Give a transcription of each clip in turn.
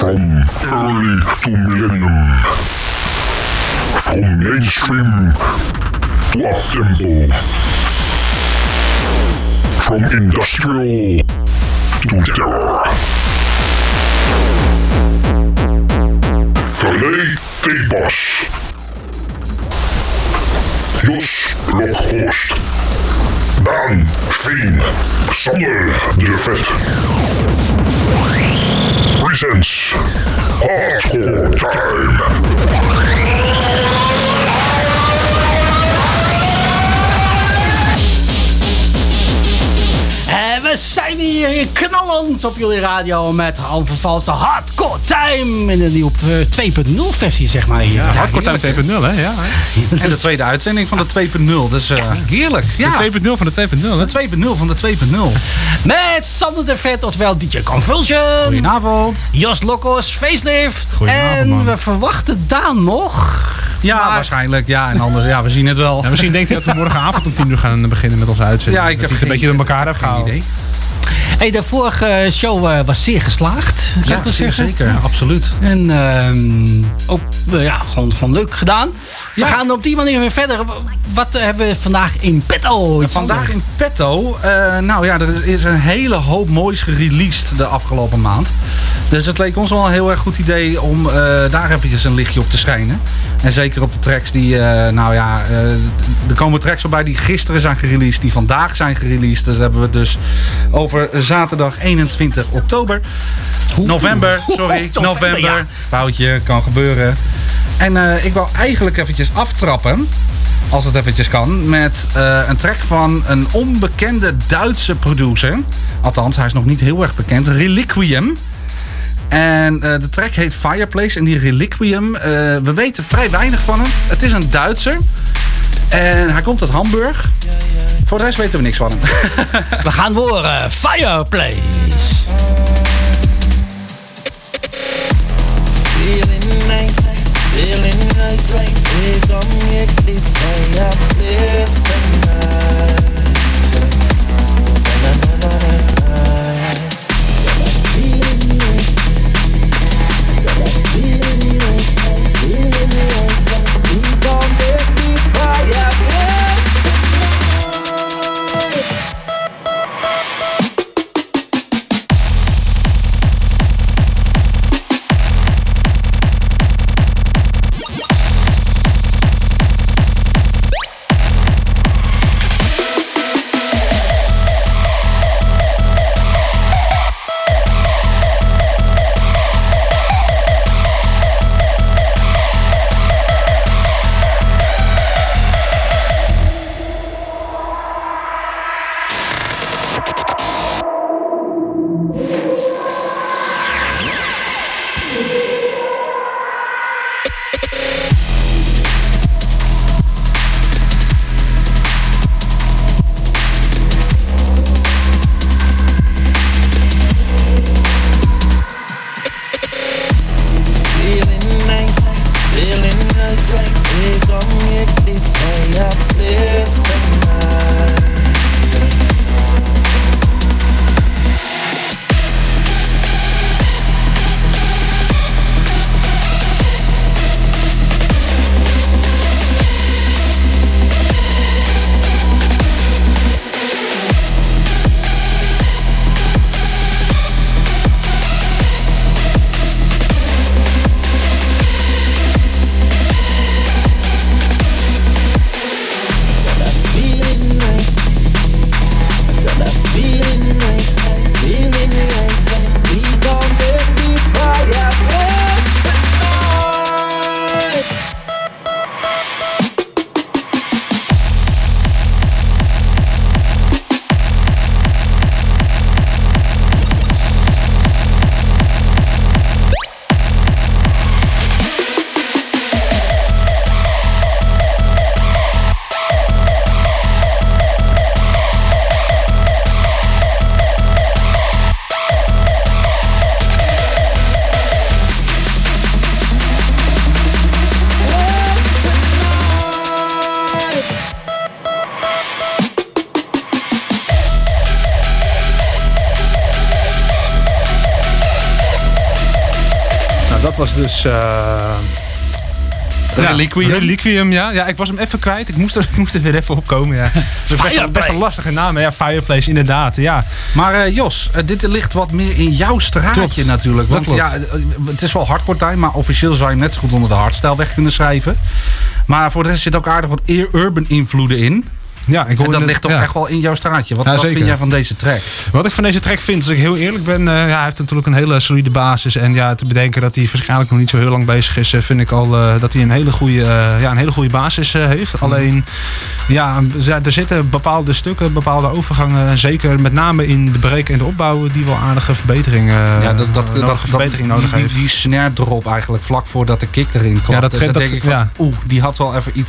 From early to millennium. From mainstream to up-tempo. From industrial to terror. René T-Bas. Jos Lokhorst. Daan Veen. Sander de Vet. Presents Hardcore Time. We zijn hier knallend op jullie radio met onvervalste Hardcore Time in de nieuwe 2.0 versie, zeg maar. Hier. Ja, Hardcore Time 2.0, hè? Ja. En de tweede uitzending van de 2.0. Dus heerlijk. Ja. De 2.0 van de 2.0. De 2.0 van de 2.0. Met Sander de Vet, oftewel DJ Convulsion. Goedenavond. Jos Lokkos, Facelift. Goedenavond, en man. we verwachten Daan nog. Ja, maar waarschijnlijk. Ja, en anders, ja, we zien het wel. Ja, misschien denkt hij dat we morgenavond om 10 uur gaan beginnen met onze uitzending. Ja, ik dat heb hij het een beetje door elkaar heeft geen gehaald. idee. Hey, de vorige show was zeer geslaagd. Zou ik Ja, wel zeer zeggen. zeker. Absoluut. En ook gewoon leuk gedaan. We gaan op die manier weer verder. Wat hebben we vandaag in petto? Vandaag in petto. Nou ja, er is een hele hoop moois gereleased de afgelopen maand. Dus het leek ons wel een heel erg goed idee om daar eventjes een lichtje op te schijnen. En zeker op de tracks die, er komen tracks voorbij die gisteren zijn gereleased, die vandaag zijn gereleased. Dus hebben we het dus over zaterdag 21 oktober. November. Ja. Foutje, kan gebeuren. En ik wil eigenlijk eventjes aftrappen, als het eventjes kan, met een track van een onbekende Duitse producer. Althans, hij is nog niet heel erg bekend. Reliquiem. En de track heet Fireplace. En die Reliquiem, we weten vrij weinig van hem. Het is een Duitser. En hij komt uit Hamburg. Voor de rest weten we niks van hem. We gaan horen Fireplace. Feeling nice, feeling right, we gon' get the fireplace tonight. dat was dus... Reliquium, ja. Ja, ik was hem even kwijt. Ik moest er weer even op komen, ja. Het is best een lastige naam, ja. Fireplace, inderdaad, ja. Maar Jos, dit ligt wat meer in jouw straatje natuurlijk. Want klopt. ja, het is wel hardcore time, maar officieel zou je hem net zo goed onder de hardstyle weg kunnen schrijven. Maar voor de rest zit ook aardig wat urban invloeden in. Ja, ik hoor en dat ligt toch echt wel in jouw straatje. Wat vind jij van deze track? Wat ik van deze track vind, als ik heel eerlijk ben... hij heeft natuurlijk een hele solide basis. En ja, te bedenken dat hij waarschijnlijk nog niet zo heel lang bezig is... vind ik al dat hij een hele goede basis heeft. Alleen, ja, er zitten bepaalde stukken, bepaalde overgangen... zeker met name in de break en de opbouw... die wel aardige verbeteringen nodig heeft. Die snare drop eigenlijk vlak voordat de kick erin kwam. Ja, denk ik van, die had wel even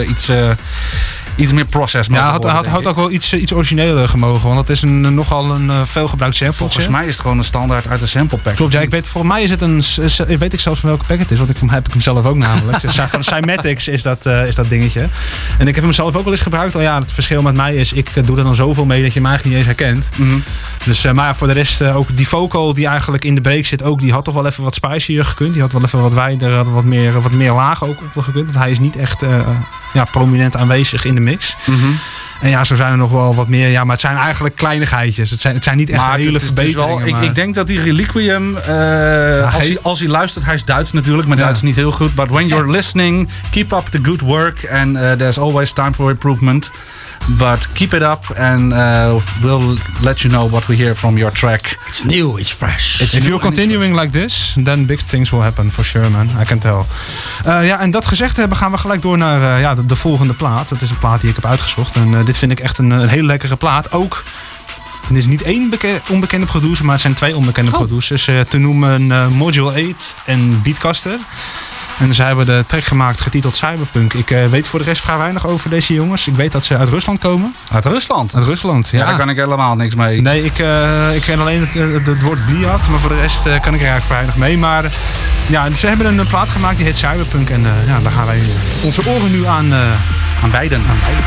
iets meer process. Ja, had ook wel iets origineler gemogen. Want dat is nogal een veelgebruikt sample. Volgens mij is het gewoon een standaard uit een sample pack. Klopt, ja. Volgens mij is het weet ik zelfs van welke pack het is. Want heb ik hem zelf ook namelijk. Van Cymatics is dat dingetje. En ik heb hem zelf ook wel eens gebruikt. Het verschil met mij is, ik doe er dan zoveel mee dat je hem eigenlijk niet eens herkent. Mm-hmm. Dus, maar voor de rest, ook die vocal die eigenlijk in de break zit, ook, die had toch wel even wat spicier gekund. Die had wel even wat wijder, wat meer laag ook op gekund. Want hij is niet echt prominent aanwezig in de mix. Mm-hmm. En ja, zo zijn er nog wel wat meer. Ja, maar het zijn eigenlijk kleinigheidjes. Het zijn niet echt hele verbeteringen. Ik denk dat die Reliquium, als hij luistert, hij is Duits natuurlijk, maar Duits is niet heel goed. But when you're listening, keep up the good work and there's always time for improvement. But keep it up and we'll let you know what we hear from your track. It's new, it's fresh. If you're continuing like this, then big things will happen for sure, man. I can tell. En dat gezegd hebben, gaan we gelijk door naar de volgende plaat. Dat is een plaat die ik heb uitgezocht. En dit vind ik echt een hele lekkere plaat. Ook, het is niet één onbekende producer, maar het zijn 2 onbekende producers. Te noemen Module 8 en Beatcaster. En zij hebben de track gemaakt getiteld Cyberpunk. Ik weet voor de rest vrij weinig over deze jongens. Ik weet dat ze uit Rusland komen. Uit Rusland? Uit Rusland, ja. Daar kan ik helemaal niks mee. Nee, ik ken alleen het woord Bliat. Maar voor de rest kan ik er eigenlijk vrij weinig mee. Maar ja, ze hebben een plaat gemaakt die heet Cyberpunk. En daar gaan wij onze oren nu aan wijden.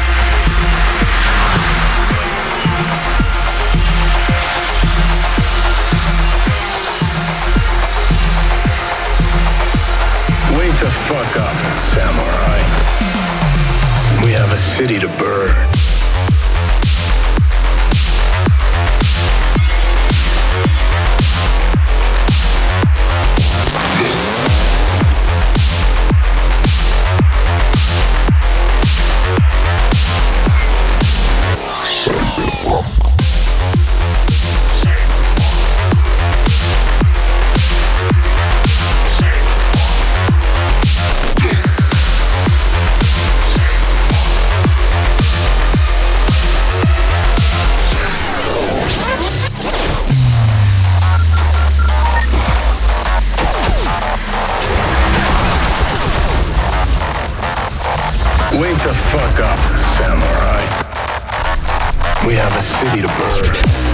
Wake the fuck up, samurai. We have a city to burn. Wake the fuck up, samurai. We have a city to burn.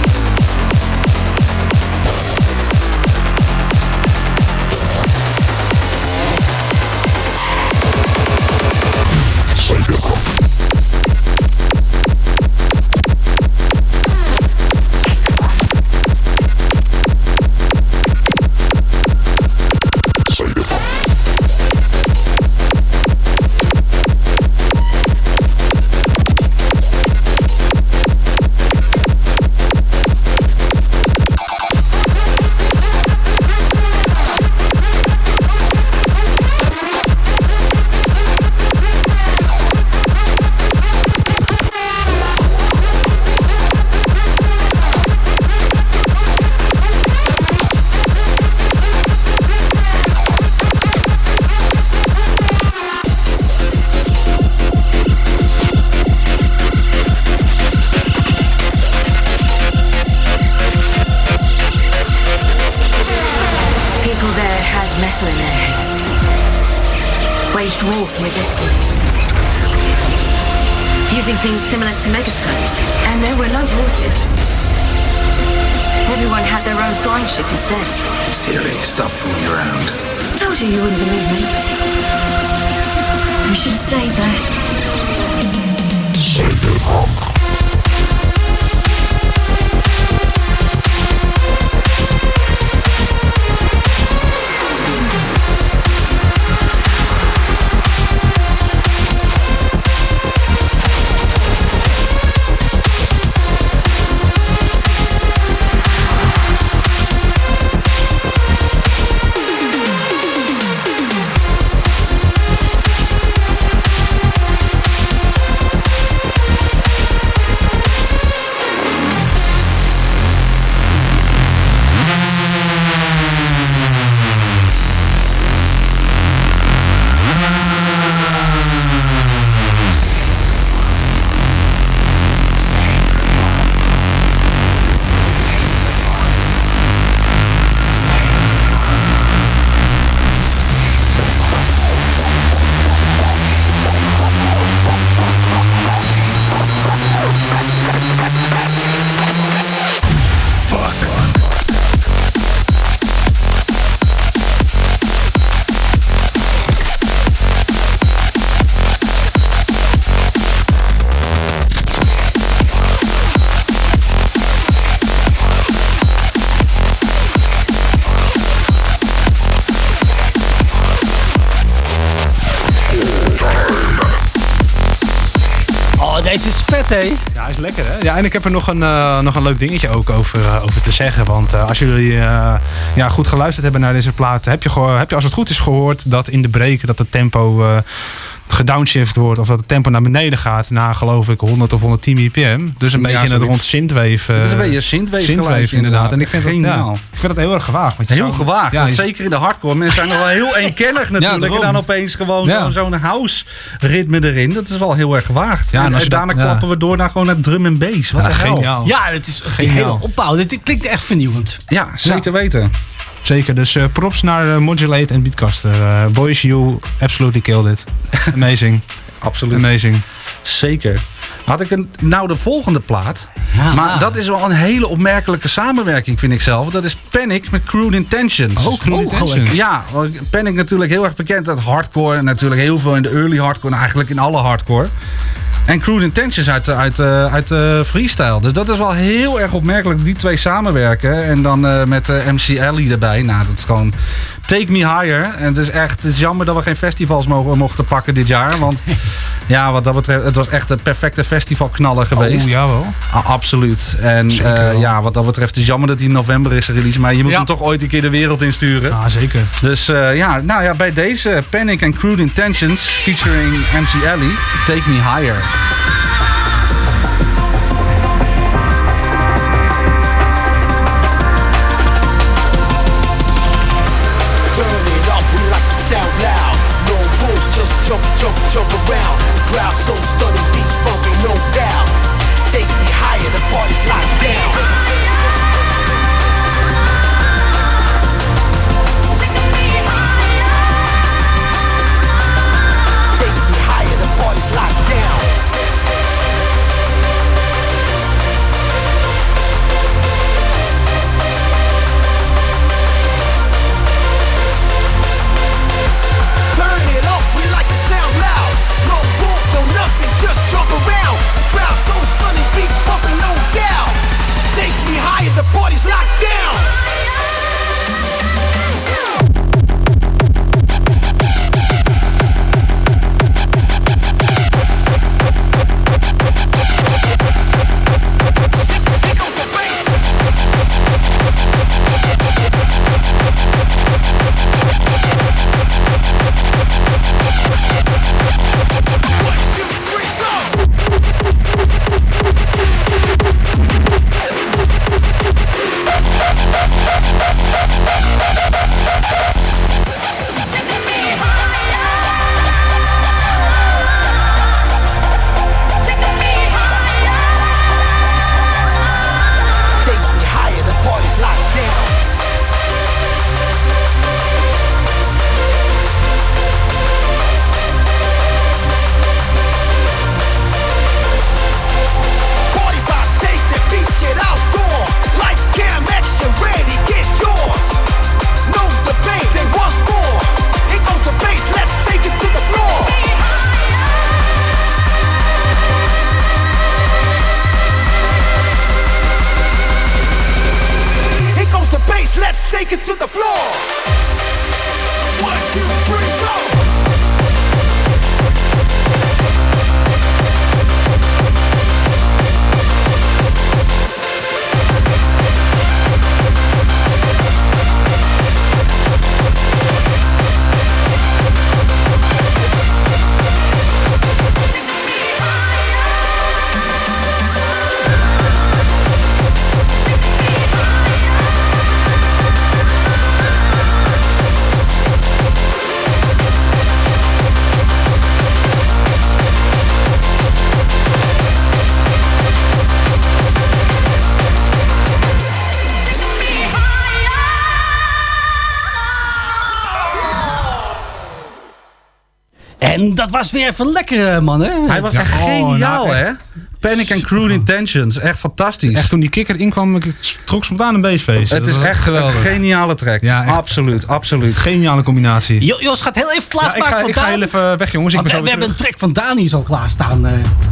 War from a distance, using things similar to megascopes, and there were no horses. Everyone had their own flying ship instead. Siri, stop fooling around. Told you wouldn't believe me. We should have stayed there. vet, hè? Ja, hij is lekker, hè? Ja, en ik heb er nog een leuk dingetje ook over te zeggen. Want als jullie goed geluisterd hebben naar deze plaat... heb je als het goed is gehoord dat in de break dat het tempo... gedownshift wordt of dat het tempo naar beneden gaat naar geloof ik 100 of 110 bpm. Dus een beetje het rond synthwave. Het is een beetje synthwave inderdaad. En ik vind geniaal. Ik vind dat heel erg gewaagd. Want heel gewaagd. Ja, zeker in de hardcore. Mensen zijn nog wel heel eenkennig natuurlijk. En dan opeens gewoon zo'n house ritme erin. Dat is wel heel erg gewaagd. Ja, en daarna klappen we door naar gewoon naar drum en bass. Wat de hel. Geniaal. Ja, het is een hele opbouw. Dit klinkt echt vernieuwend. Ja, zeker weten. Zeker, dus props naar Modulate en Beatcaster. Boys, you absolutely killed it. Amazing. Absoluut. Amazing. Zeker. Had ik de volgende plaat. Ja, maar dat is wel een hele opmerkelijke samenwerking, vind ik zelf. Dat is Panic met Crude Intentions. Oh, Crude Intentions. Ja, Panic natuurlijk heel erg bekend uit hardcore. En natuurlijk heel veel in de early hardcore. En eigenlijk in alle hardcore. En Crude Intentions uit freestyle. Dus dat is wel heel erg opmerkelijk, die twee samenwerken. En dan met MC Alley erbij. Nou, dat is gewoon Take Me Higher. En het is jammer dat we geen festivals mochten pakken dit jaar. Want ja, wat dat betreft, het was echt een perfecte festivalknaller geweest. Oh, jawel. Absoluut. En wat dat betreft, het is jammer dat hij in november is released. Maar je moet hem toch ooit een keer de wereld insturen. Ja, zeker. Dus bij deze Panic and Crude Intentions featuring MC Alley, Take Me Higher. Jump around. The crowd so stunning, beats bumping, no doubt. Take me higher, the party's locked down. Take me higher, the party's locked down. Just jump around, crowd so stunning, beats bumping, no doubt. Take me higher, the party's locked down. Take it to the floor. 1, 2, 3, go. En dat was weer even lekker, man, hè? Hij was echt geniaal, hè? Panic and Crude Intentions. Echt fantastisch. Echt, toen die kikker inkwam, ik trok spontaan een beestfeest. Het is echt geweldig. Een geniale track. Ja, absoluut, absoluut. Geniale combinatie. Jos gaat heel even plaatsmaken van ik ga heel even weg, jongens. We hebben een track van Dani al klaarstaan.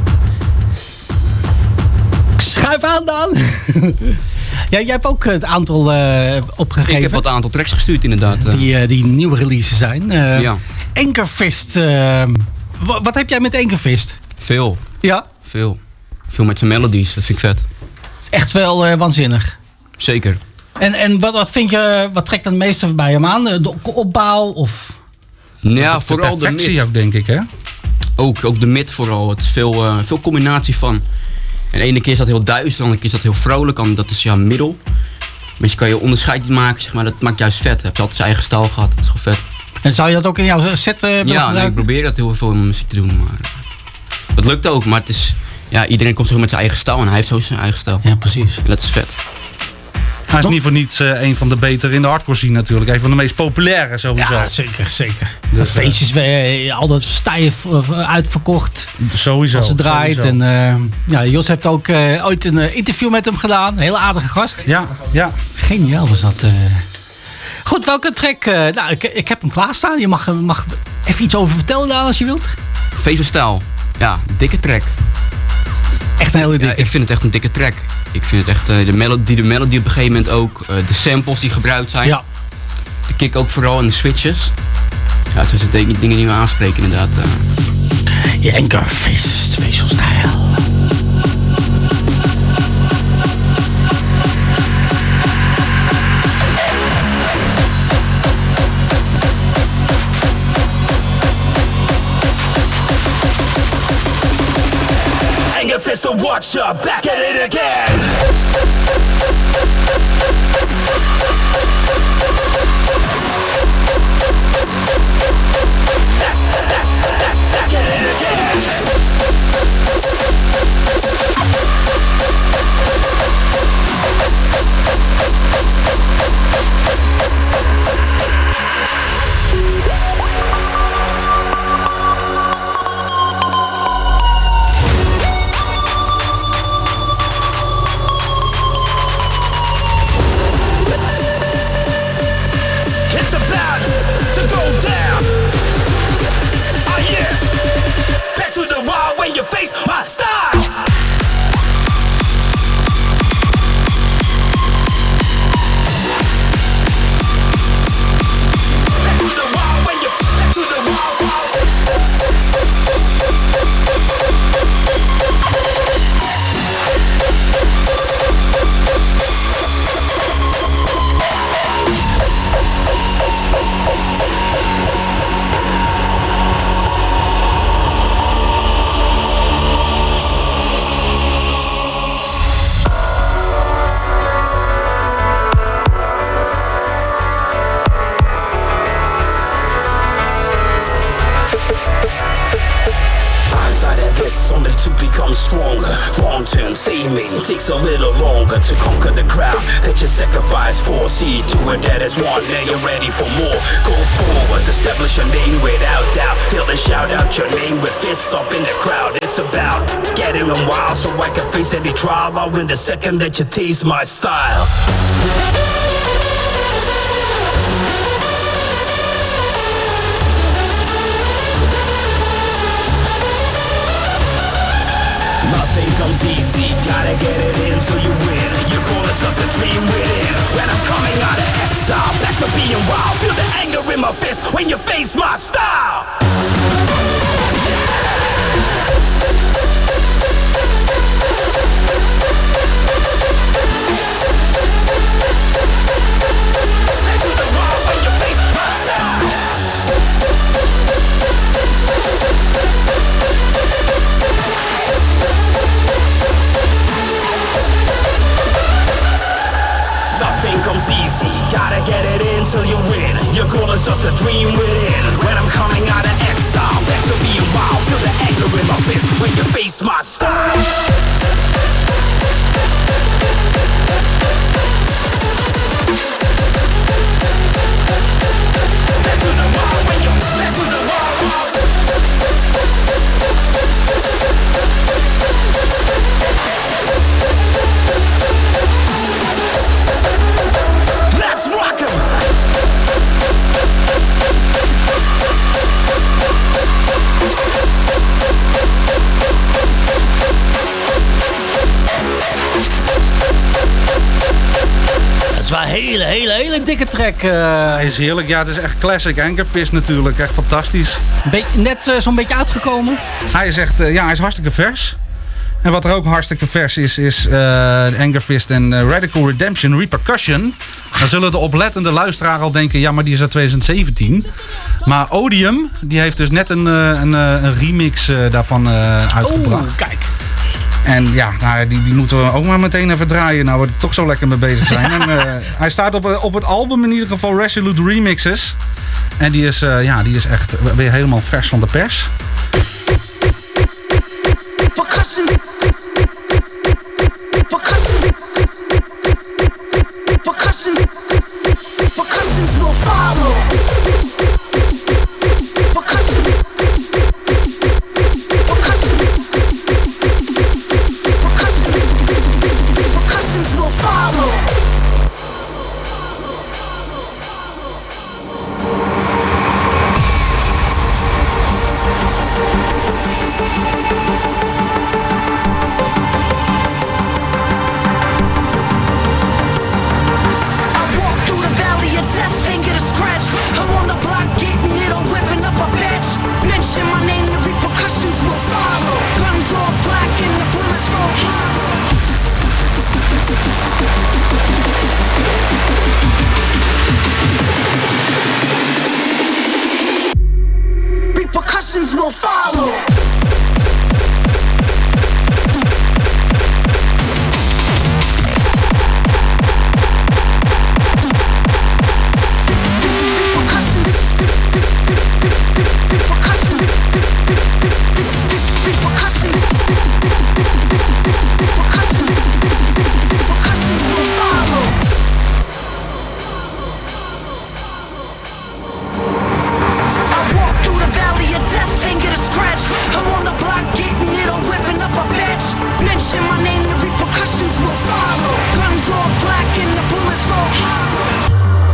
Schuif aan, Dan. Ja, jij hebt ook het aantal opgegeven. Ik heb wat aantal tracks gestuurd, inderdaad. Die nieuwe releases zijn. Ja. Anchorfist. Wat heb jij met Anchorfist? Veel. Ja? Veel. Veel met zijn melodies, dat vind ik vet. Het is echt wel waanzinnig. Zeker. En wat vind je, wat trekt dan het meeste bij hem aan? De opbouw of... Ja, vooral de perfectie mid. ook, denk ik, hè? Ook de mid vooral. Het is veel combinatie van. En de ene keer is dat heel duister, de andere keer is dat heel vrolijk. En dat is middel. Maar je kan je onderscheid niet maken, zeg maar. Dat maakt juist vet. Heb je altijd zijn eigen stijl gehad. Dat is gewoon vet. En zou je dat ook in jouw set willen gebruiken? Ik probeer dat heel veel in mijn muziek te doen. Maar dat lukt ook, maar het is... Ja, iedereen komt zo met zijn eigen stijl en hij heeft zo zijn eigen stijl. Ja, precies. En dat is vet. Hij is niet voor niets een van de betere in de hardcore scene natuurlijk. Een van de meest populaire sowieso. Ja, zeker. Dus, feestjes altijd stijf uitverkocht. Sowieso. Als het draait. Sowieso. En Jos heeft ook ooit een interview met hem gedaan. Een hele aardige gast. Ja. Geniaal was dat. Goed, welke track? Ik heb hem klaarstaan. Je mag even iets over vertellen, Daan, als je wilt. Feeststijl. Ja, dikke track. Echt een hele dikke. Ja, ik vind het echt een dikke track. Ik vind het echt de melodie op een gegeven moment ook. De samples die gebruikt zijn. Ja. De kick ook vooral en de switches. Ja, het zijn dingen die me aanspreken inderdaad. Je Anchor Feeststijl. Anger fist to watch ya, back at it again. Back at it again. It's about to go down. Oh yeah. Back to the wall when you face my style. Back to the wall when you back to the wall. Hindsight at this, only to become stronger. Wrong turn, saving takes a little longer to conquer the crowd that you sacrifice for. See to it that is one, now you're ready for more. Go forward, establish your name without doubt. Till they shout out your name with fists up in the crowd. It's about getting them wild so I can face any trial. I'll win the second that you taste my style. Nothing comes easy, gotta get it in till you win. Your goal is just a dream within. When I'm coming out of exile, back to being wild. Feel the anger in my fist when you face my style. Back to the wall when you face my style. Nothing comes easy, gotta get it in till you win. Your goal is just a dream within. When I'm coming out of exile, back to being wild. Feel the anger in my fist when you face my style. Back to the wall when you back to the wall. Let's rock 'em. Dat is wel een hele dikke track. Hij is heerlijk. Ja, het is echt classic Anchorfist natuurlijk. Echt fantastisch. Net zo'n beetje uitgekomen. Hij is echt, hij is hartstikke vers. En wat er ook hartstikke vers is Anger Fist en Radical Redemption Repercussion. Dan zullen de oplettende luisteraar al denken, ja, maar die is uit 2017. Maar Odium, die heeft dus net een remix daarvan uitgebracht. Oh, kijk. En ja, nou, die moeten we ook maar meteen even draaien. Nou, we er toch zo lekker mee bezig zijn. En, hij staat op het album in ieder geval Resolute Remixes. En die is echt weer helemaal vers van de pers. Percussion will follow. Percussions will follow. Mention my name, the repercussions will follow. Guns all black and the bullets all hollow. Repercussions will follow. Mention my name, the repercussions will follow. Guns all black and the bullets all hollow.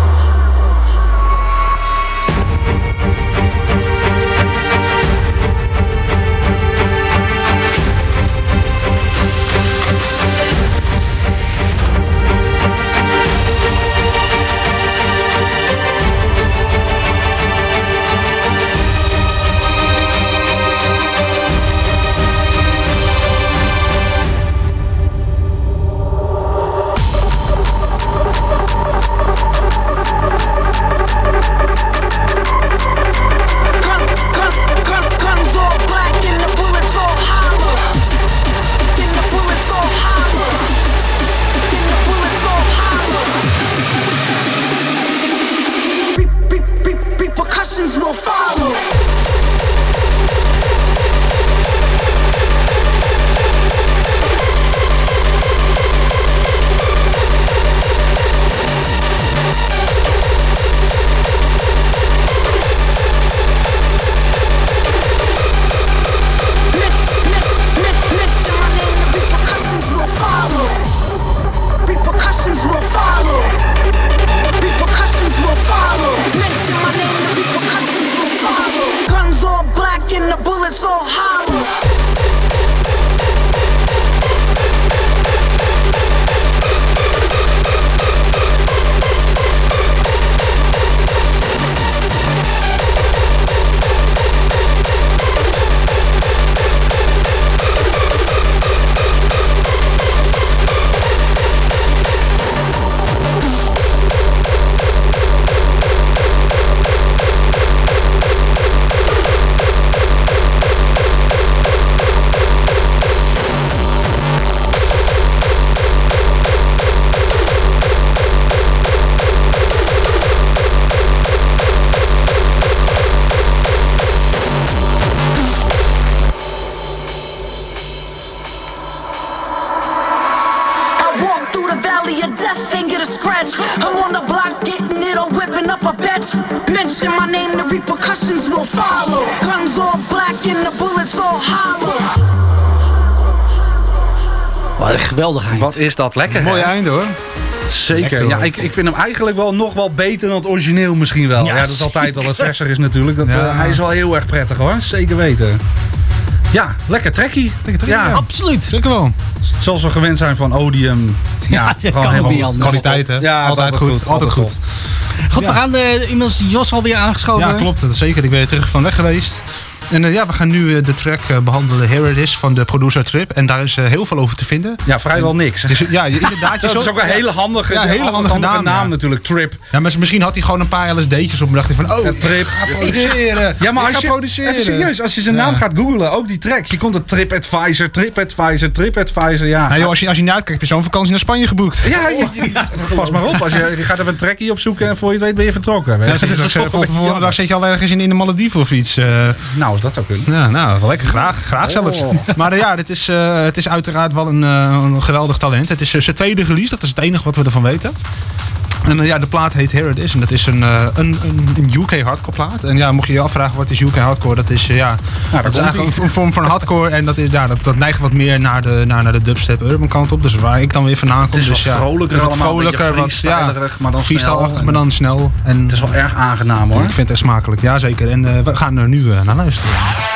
Will follow. Repercussions will follow. Repercussions will follow. Mention my name, the repercussions will follow. Guns all black and the bullets all hollow. I'm on the block getting it or whipping up a bet. Mention my name, the repercussions will follow. Guns all black and the bullets all hollow. Wat een geweldig eind. Wat is dat lekker, Mooi hè? einde hoor. Zeker. Lekker, Ja, hoor. ik vind hem eigenlijk wel nog wel beter dan het origineel misschien wel. Ja, Ja, dat is altijd wel wat verser is natuurlijk. Dat, Ja. hij is wel heel erg prettig hoor. Zeker weten. Ja, lekker trekkie. Ja, Absoluut. Zeker wel. zoals we gewend zijn van Odium. Ja, dat kan ook helemaal niet anders. Kwaliteit hè? Ja, altijd goed. Altijd goed. Goed, we gaan inmiddels Jos alweer aangeschoven. Ja, klopt. Dat is zeker. Ik ben weer terug van weg geweest. En we gaan nu de track behandelen, Here It Is, van de producer Trip. En daar is heel veel over te vinden. Ja, vrijwel niks. Dus, ja, inderdaad. Dat is ook een hele handige, hele handige naam natuurlijk, Trip. Ja, maar misschien had hij gewoon een paar LSD'tjes op en dacht hij van, Trip. Ga produceren. Ja, maar als je produceren. Even serieus, als je zijn naam gaat googlen, ook die track. Je komt het TripAdvisor, ja. Nou, joh, als je niet uitkijkt, heb je zo'n vakantie naar Spanje geboekt. Ja, pas maar op. Als je gaat even een trekkie opzoeken en voor je het weet ben je vertrokken. Ja, volgende dag zit je al ergens in de Malediven of iets. Nou, dat zou kunnen. Ja, nou, wel lekker. Graag zelfs. Maar het is uiteraard wel een geweldig talent. Het is zijn tweede release, dat is het enige wat we ervan weten. En de plaat heet Here It Is. En dat is een UK hardcore plaat. En ja, mocht je je afvragen wat is UK hardcore, dat is dat is eigenlijk een vorm van hardcore. En dat neigt wat meer naar de dubstep urban kant op. Dus waar ik dan weer vandaan kom. Het is wat vrolijker, wat vrolijker, maar dan freestyle-achtig, maar dan snel. En het is wel erg aangenaam, hoor. Ik vind het echt smakelijk. Ja, zeker. En we gaan er nu naar luisteren.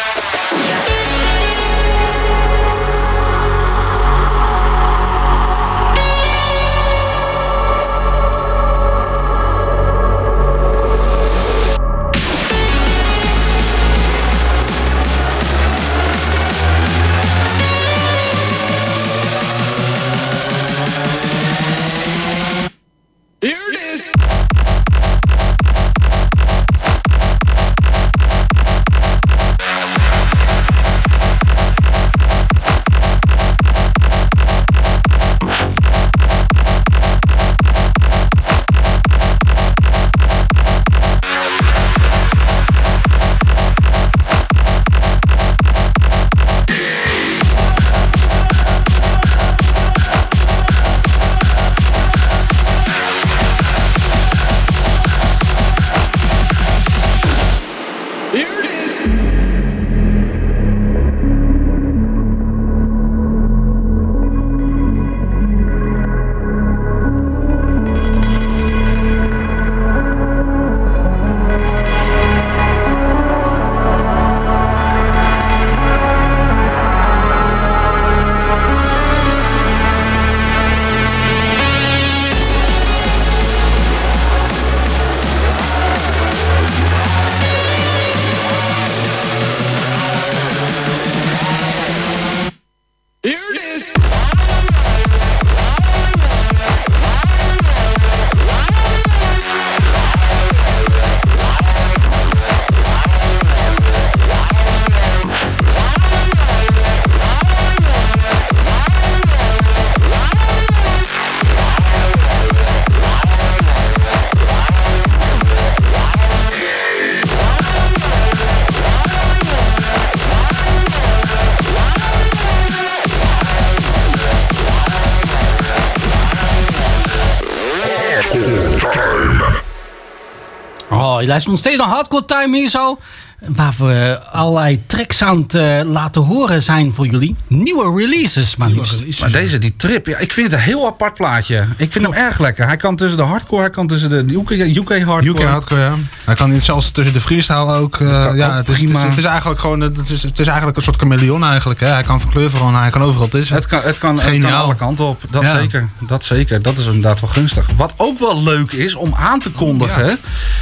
Je luistert nog steeds naar Hardcore Time hier zo. Waar we allerlei tracks aan het laten horen zijn voor jullie. Nieuwe releases, maar liefst. Maar deze, die Trip, ja, ik vind het een heel apart plaatje. Ik vind hem erg lekker. Hij kan tussen de hardcore, hij kan tussen de UK hardcore. UK hardcore, ja. Hij kan zelfs tussen de freestyle ook. Het is eigenlijk gewoon het is eigenlijk een soort chameleon eigenlijk. Hè. Hij kan van kleur veranderen, hij kan overal tussen. Het kan alle kanten op. Dat zeker. Dat is inderdaad wel gunstig. Wat ook wel leuk is om aan te kondigen.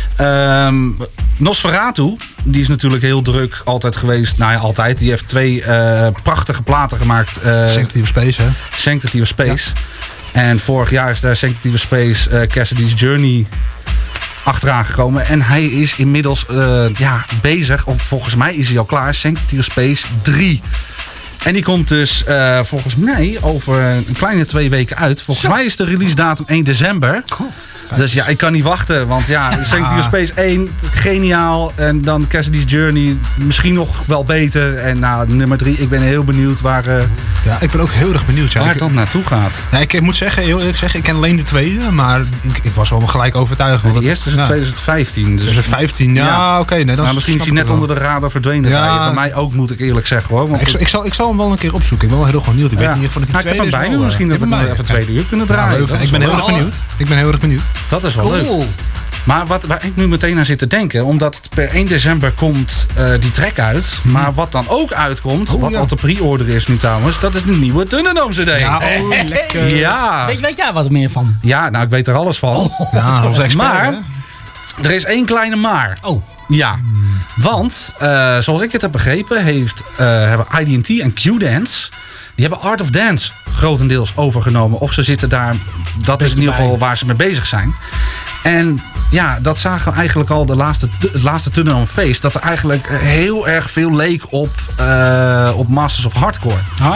Ja. Nosferatu, die is natuurlijk heel druk altijd geweest. Nou ja, altijd. Die heeft 2 prachtige platen gemaakt. Sanctity of Space, hè? Sanctity of Space. Ja. En vorig jaar is daar Sanctity of Space Cassidy's Journey achteraan gekomen. En hij is inmiddels bezig, of volgens mij is hij al klaar, Sanctity of Space 3. En die komt dus volgens mij over een kleine 2 weken uit. Volgens mij is de release datum 1 december. Cool. Dus ja, ik kan niet wachten. Want Sanctity of Space 1, geniaal. En dan Cassidy's Journey, misschien nog wel beter. En nummer 3, ik ben heel benieuwd waar... ik ben ook heel erg benieuwd. Waar het dan naartoe gaat. Ja, ik moet zeggen, heel eerlijk zeggen, ik ken alleen de tweede. Maar ik was wel gelijk overtuigd. De eerste is in 2015. Dus 2015, oké. Nee, misschien is hij net onder de radar verdwenen. Ja. Bij mij ook, moet ik eerlijk zeggen, hoor. Want ik zal hem wel een keer opzoeken. Ik ben wel heel erg benieuwd. Ik weet niet of het die tweede is. Ik heb hem bij me. Misschien dat we nog even 2 uur kunnen draaien. Ik ben heel erg benieuwd. Dat is wel leuk. Maar waar ik nu meteen aan zit te denken, omdat per 1 december komt die track uit. Maar wat dan ook uitkomt, wat al te pre-order is nu trouwens, dat is de nieuwe Thunderdome CD. Ja, lekker. Ja. Weet jij wat er meer van? Ja, nou ik weet er alles van. Ja, onze expert, maar er is 1 kleine maar. Oh. Ja. Want, zoals ik het heb begrepen, hebben ID&T en Q-Dance... die hebben Art of Dance grotendeels overgenomen. Of ze zitten daar... Dat is in ieder geval waar ze mee bezig zijn. En ja, dat zagen we eigenlijk al het laatste Thunderdome feest. Dat er eigenlijk heel erg veel leek op Masters of Hardcore.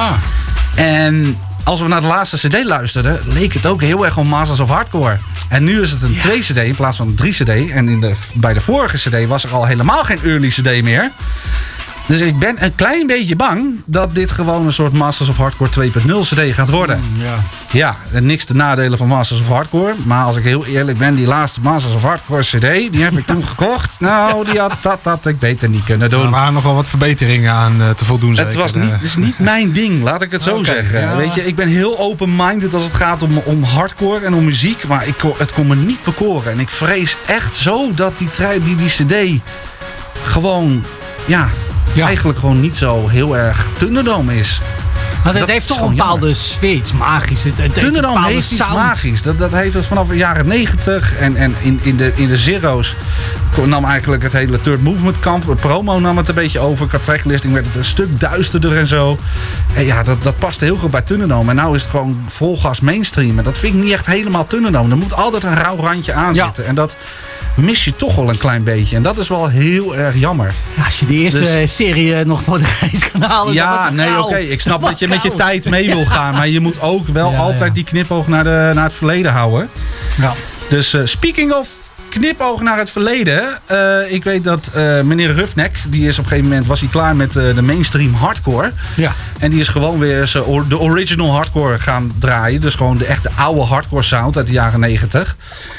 En als we naar de laatste cd luisterden, leek het ook heel erg op Masters of Hardcore. En nu is het een 2 cd in plaats van een 3 cd. En bij de vorige cd was er al helemaal geen early cd meer. Dus ik ben een klein beetje bang dat dit gewoon een soort Masters of Hardcore 2.0 cd gaat worden. Ja, en niks te nadelen van Masters of Hardcore. Maar als ik heel eerlijk ben, die laatste Masters of Hardcore cd, die heb ik toen gekocht. Nou, dat had ik beter niet kunnen doen. Er waren nog wel wat verbeteringen aan te voldoen. Het is niet mijn ding, laat ik het zo zeggen. Ja. Weet je, ik ben heel open-minded als het gaat om hardcore en om muziek. Maar het kon me niet bekoren. En ik vrees echt zo dat die cd gewoon, eigenlijk gewoon niet zo heel erg Thunderdome is. Maar het heeft toch een bepaalde sfeer, iets magisch. Thunderdome heeft iets magisch. Dat heeft het vanaf de jaren 90. En in de Zero's nam eigenlijk het hele Third Movement kamp. Promo nam het een beetje over. Qua tracklisting werd het een stuk duisterder en zo. En ja, dat paste heel goed bij Thunderdome. En nu is het gewoon vol gas mainstream. En dat vind ik niet echt helemaal Thunderdome. Er moet altijd een rauw randje aan zitten. En dat mis je toch wel een klein beetje. En dat is wel heel erg jammer. Ja, als je de eerste serie nog voor de geest kan halen. Ja, oké. Ik snap dat je met je tijd mee wil gaan. Maar je moet ook wel altijd die knipoog naar het verleden houden. Ja. Dus speaking of knipoog naar het verleden. Ik weet dat meneer Ruffneck, die is op een gegeven moment was hij klaar met de mainstream hardcore. Ja. En die is gewoon weer de original hardcore gaan draaien. Dus gewoon de echte oude hardcore sound uit de jaren 90.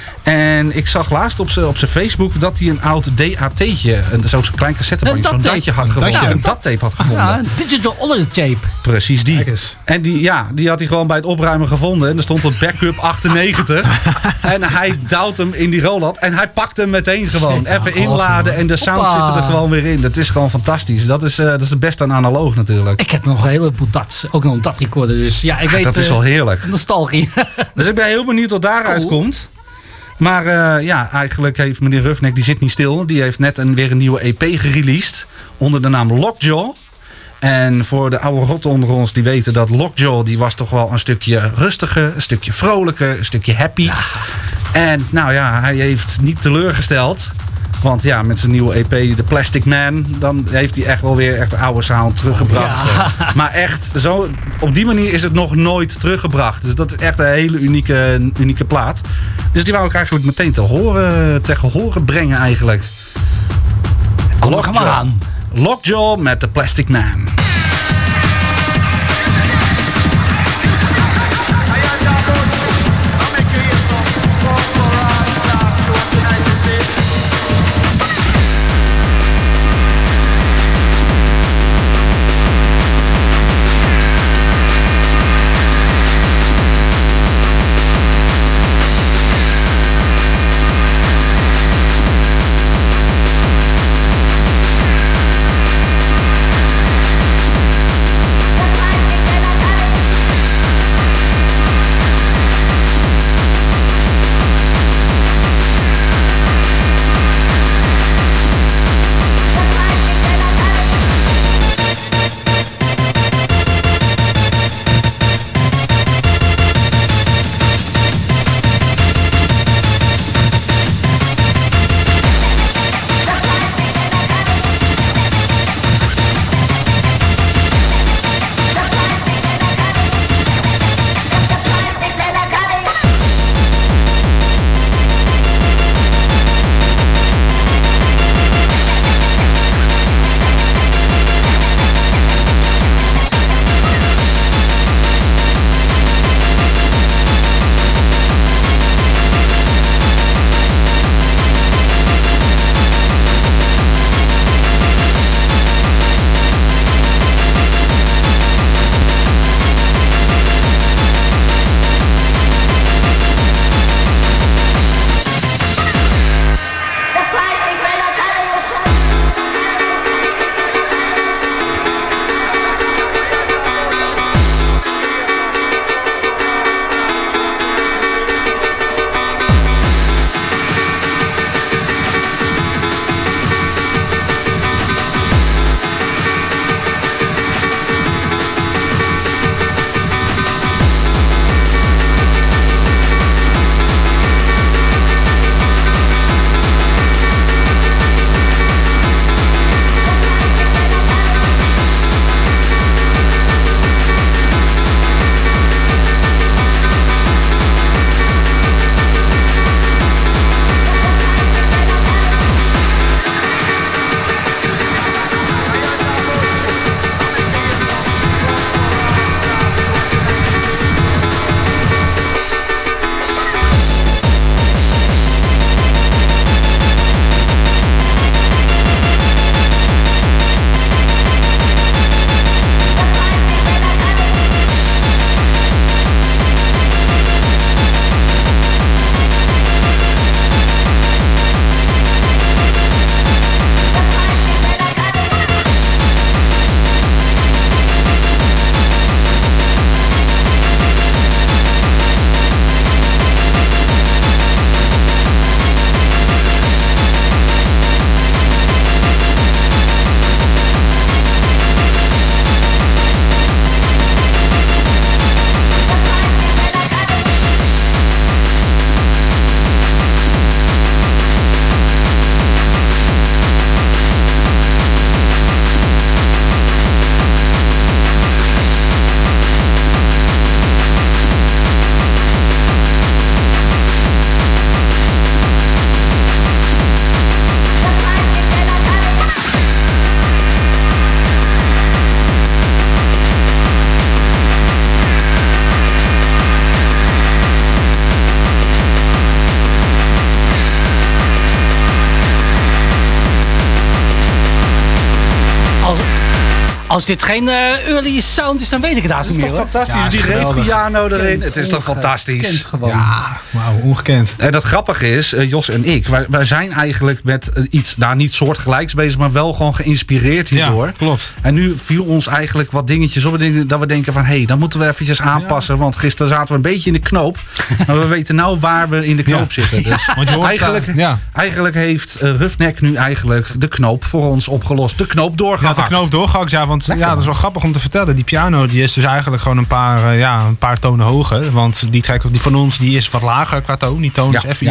En ik zag laatst op zijn Facebook dat hij een oud DAT'tje, zo'n klein cassettebandje, zo'n datje had gevonden. Een DAT-tape had gevonden. Ja, digital audio tape. Precies die. En die had hij gewoon bij het opruimen gevonden. En er stond op backup 98. En hij duwt hem in die rollat. En hij pakt hem meteen gewoon. Even inladen en de sound zit er gewoon weer in. Dat is gewoon fantastisch. Dat is het beste aan analoog natuurlijk. Ik heb nog een heleboel DAT's. Ook nog een DAT-recorder. Dus ja, ik weet... Dat is wel heerlijk. Nostalgie. Dus ik ben heel benieuwd wat daaruit komt. Maar eigenlijk heeft meneer Ruffneck, die zit niet stil. Die heeft net weer een nieuwe EP gereleased. Onder de naam Lockjaw. En voor de oude rotten onder ons die weten dat Lockjaw, die was toch wel een stukje rustiger, een stukje vrolijker, een stukje happy. Ja. En hij heeft niet teleurgesteld. Want ja, met zijn nieuwe EP, The Plastic Man, dan heeft hij echt wel weer echt de oude sound teruggebracht. Ja. Maar echt, zo, op die manier is het nog nooit teruggebracht. Dus dat is echt een hele unieke plaat. Dus die wou ik eigenlijk meteen ter gehore brengen eigenlijk. Lockjaw met The Plastic Man. Als dit geen early sound is, dan weet ik het haast Het niet is meer. toch Hoor. fantastisch. Die reefpiano erin. Het is toch fantastisch. Gewoon. Ja, wauw, ongekend. En dat grappige is, Jos en ik, wij zijn eigenlijk met iets, niet soortgelijks bezig, maar wel gewoon geïnspireerd hierdoor. Ja, klopt. En nu viel ons eigenlijk wat dingetjes op dat we denken van, hé, dan moeten we eventjes aanpassen, want gisteren zaten we een beetje in de knoop. Maar we weten nou waar we in de knoop zitten. Dus Want je hoort eigenlijk heeft Roughneck nu eigenlijk de knoop voor ons opgelost. De knoop doorgehakt. Ja, de knoop doorgehakt, ja. Want Lekker, dat is wel grappig om te vertellen. Die piano die is dus eigenlijk gewoon een paar tonen hoger. Want die van ons die is wat lager qua toon. Die toon is even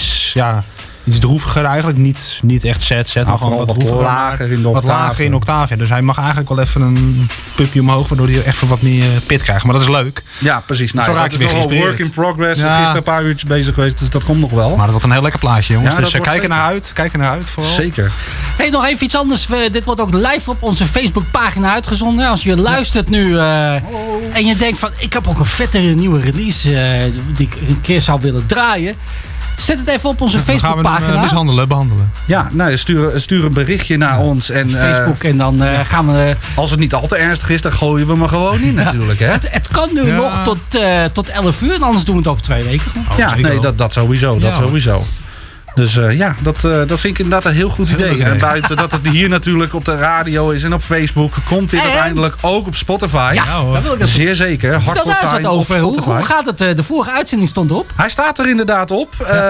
iets droeviger eigenlijk. Niet echt sad, maar gewoon wat droeviger. Lager in de wat lager in octaaf. Ja. Dus hij mag eigenlijk wel even een pupje omhoog, waardoor hij even wat meer pit krijgt. Maar dat is leuk. Ja, precies. Zo raak je weer nog wel geïnspireerd. work in progress. Ja. Gisteren een paar uurtjes bezig geweest, dus dat komt nog wel. Maar dat wordt een heel lekker plaatje, jongens. Ja, Dus dat wordt kijken naar uit vooral. Zeker. Hey, nog even iets anders. Dit wordt ook live op onze Facebookpagina uitgezonden. Als je luistert nu en je denkt van, ik heb ook een vette nieuwe release die ik een keer zou willen draaien. Zet het even op onze Facebookpagina. Gaan we behandelen. Ja, nou, stuur een berichtje naar ons. En, Facebook en dan gaan we... Als het niet al te ernstig is, dan gooien we hem er gewoon in natuurlijk. Hè? Het kan nu nog tot 11 uur en anders doen we het over 2 weken. Ja, nee, dat sowieso. Dat sowieso. Dus dat vind ik inderdaad een heel goed idee. En buiten dat het hier natuurlijk op de radio is en op Facebook, komt dit uiteindelijk ook op Spotify. Ja, dat wil ik zeer zeker. Hardcore Time op Spotify. Hoe gaat het? De vorige uitzending stond op. Hij staat er inderdaad op.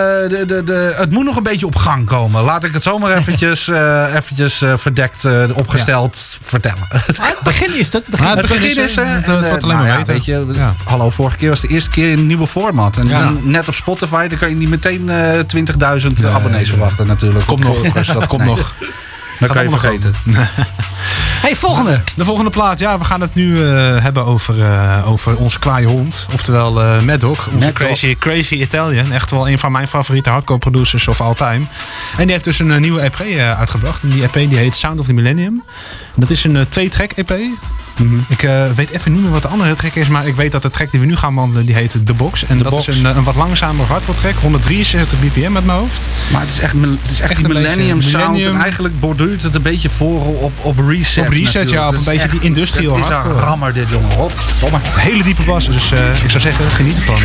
Het moet nog een beetje op gang komen. Laat ik het zomaar eventjes verdekt opgesteld vertellen. Het begin is het. Het begin is het wordt alleen maar weten. Weet je, hallo, vorige keer was de eerste keer in een nieuwe format. En net op Spotify, dan kan je niet meteen 20.000 abonnees verwachten natuurlijk. Komt nog. Dat komt nog. Dat kan je vergeten. Hey, volgende. De volgende plaat. Ja, we gaan het nu hebben over onze kwaaie hond. Oftewel Mad Dog. Onze crazy Italian. Echt wel een van mijn favoriete hardcore producers of all time. En die heeft dus een nieuwe EP uitgebracht. En die EP die heet Sound of the Millennium. Dat is een 2-track EP. Ik weet even niet meer wat de andere track is, maar ik weet dat de track die we nu gaan wandelen, die heet The Box. En dat is een wat langzamere hardcore track, 163 bpm met mijn hoofd. Maar het is echt die millennium sound en eigenlijk borduurt het een beetje voor op reset. Op reset, ja, op een beetje die industrial hardcore. Het is een rammer dit, jongen. Hop, hele diepe bas, dus ik zou zeggen, geniet ervan.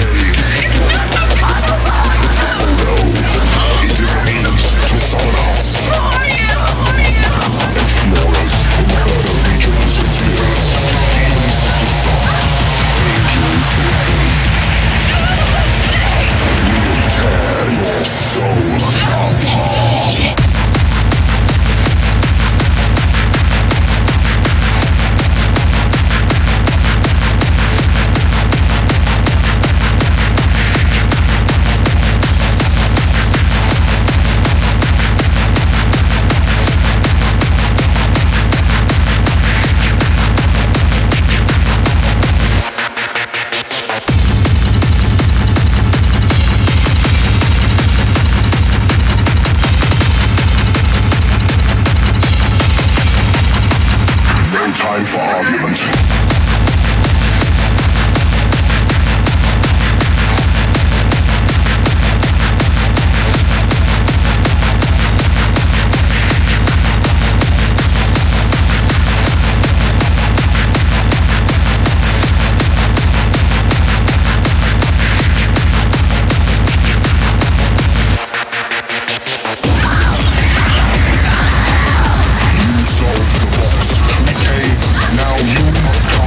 Time for argument. You solved the box. Okay, now you must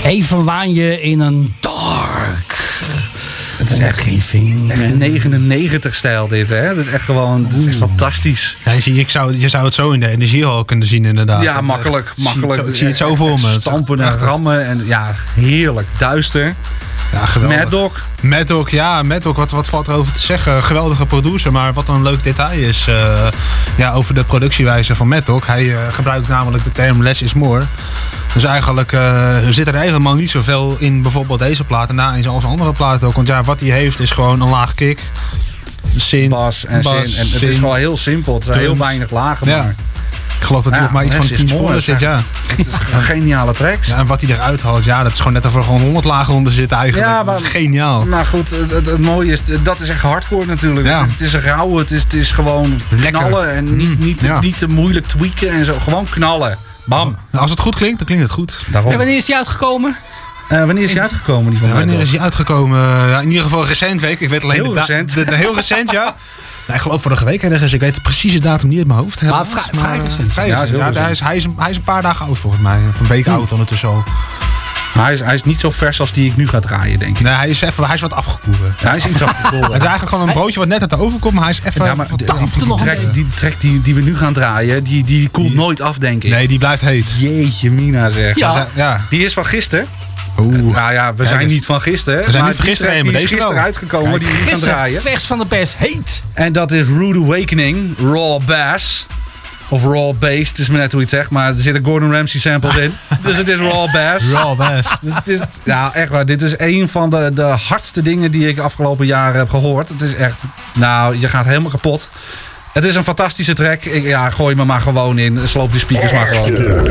Even waan je in een dark. Het is echt 99-stijl dit, hè? Het is echt gewoon, het is echt fantastisch. Ja, je zou het zo in de energiehal kunnen zien inderdaad. Ja, makkelijk. Ik zie het zo voor me. Stampen en rammen en ja, heerlijk. Duister. Ja, geweldig. Mad Dog, Mad Dog, wat valt erover te zeggen? Geweldige producer, maar wat een leuk detail is over de productiewijze van Mad Dog. Hij gebruikt namelijk de term less is more. Dus eigenlijk zit er helemaal niet zoveel in bijvoorbeeld deze plaat en in zijn andere platen ook. Want ja, wat hij heeft is gewoon een laag kick, synth, bas en synth. En het is gewoon heel simpel. Het zijn heel weinig lagen, maar... Ik geloof dat hij ook maar iets van 10 sporen zit, ja. Het is een geniale tracks. Ja, en wat hij eruit haalt, ja, dat is gewoon net of er gewoon 100 lagen onder zitten eigenlijk. Ja, dat is geniaal. Maar goed, het mooie is, dat is echt hardcore natuurlijk. Ja. Het is rauw, het is gewoon lekker. Knallen en niet te moeilijk tweaken en zo. Gewoon knallen. Bam. Als het goed klinkt, dan klinkt het goed. Daarom. En wanneer is hij uitgekomen? Wanneer is hij uitgekomen? Wanneer is hij uitgekomen? In ieder geval recent week. Ik weet alleen heel recent. Heel recent, ja. Ik geloof vorige week ergens. Ik weet de precieze datum niet uit mijn hoofd. Maar vrij recent. Hij is een paar dagen oud volgens mij. Een week oud ondertussen al. Hij is niet zo vers als die ik nu ga draaien, denk ik. Nee, hij is wat afgekoeld. Ja, hij is iets afgekoeld. Het is eigenlijk gewoon een broodje wat net uit de oven komt, maar hij is even... Die track die we nu gaan draaien, die koelt nooit af, denk ik. Nee, die blijft heet. Jeetje mina zeg. Ja. Die is van gisteren. Nou ja, we zijn niet van gisteren. We zijn niet van gisteren, maar die is gisteren uitgekomen. Die gaan draaien. Vers van de pers, heet. En dat is Rude Awakening, Raw Bass. Of Raw Bass, het is maar net hoe je het zegt. Maar er zitten Gordon Ramsay samples in. Dus het is Raw Bass. Raw Bass. Dus het is, ja, echt waar. Dit is een van de hardste dingen die ik de afgelopen jaren heb gehoord. Het is echt, nou, je gaat helemaal kapot. Het is een fantastische track. Gooi me maar gewoon in. Sloop die speakers maar gewoon.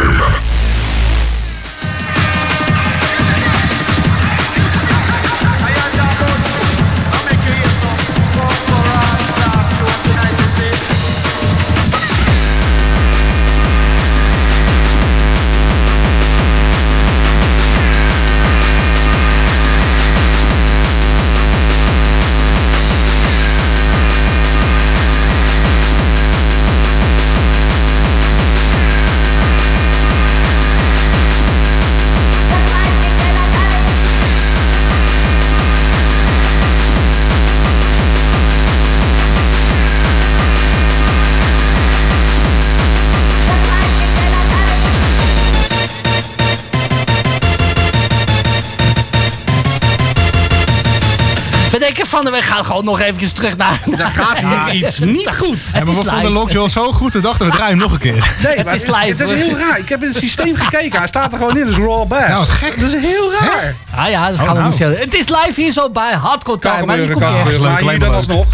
We gaan gewoon nog eventjes terug naar... Daar gaat hier iets niet goed. Ja, maar we vonden Lockjaw zo goed, we dachten we draaien nog een keer. Nee, het is live. Het is heel raar. Ik heb in het systeem gekeken. Hij staat er gewoon in. Dat is Raw Bass. Nou, wat gek. Dat is heel raar. Ja, dat gaan we niet zeggen. Het is live hier zo bij Hardcore Time. Maar hier dan alsnog.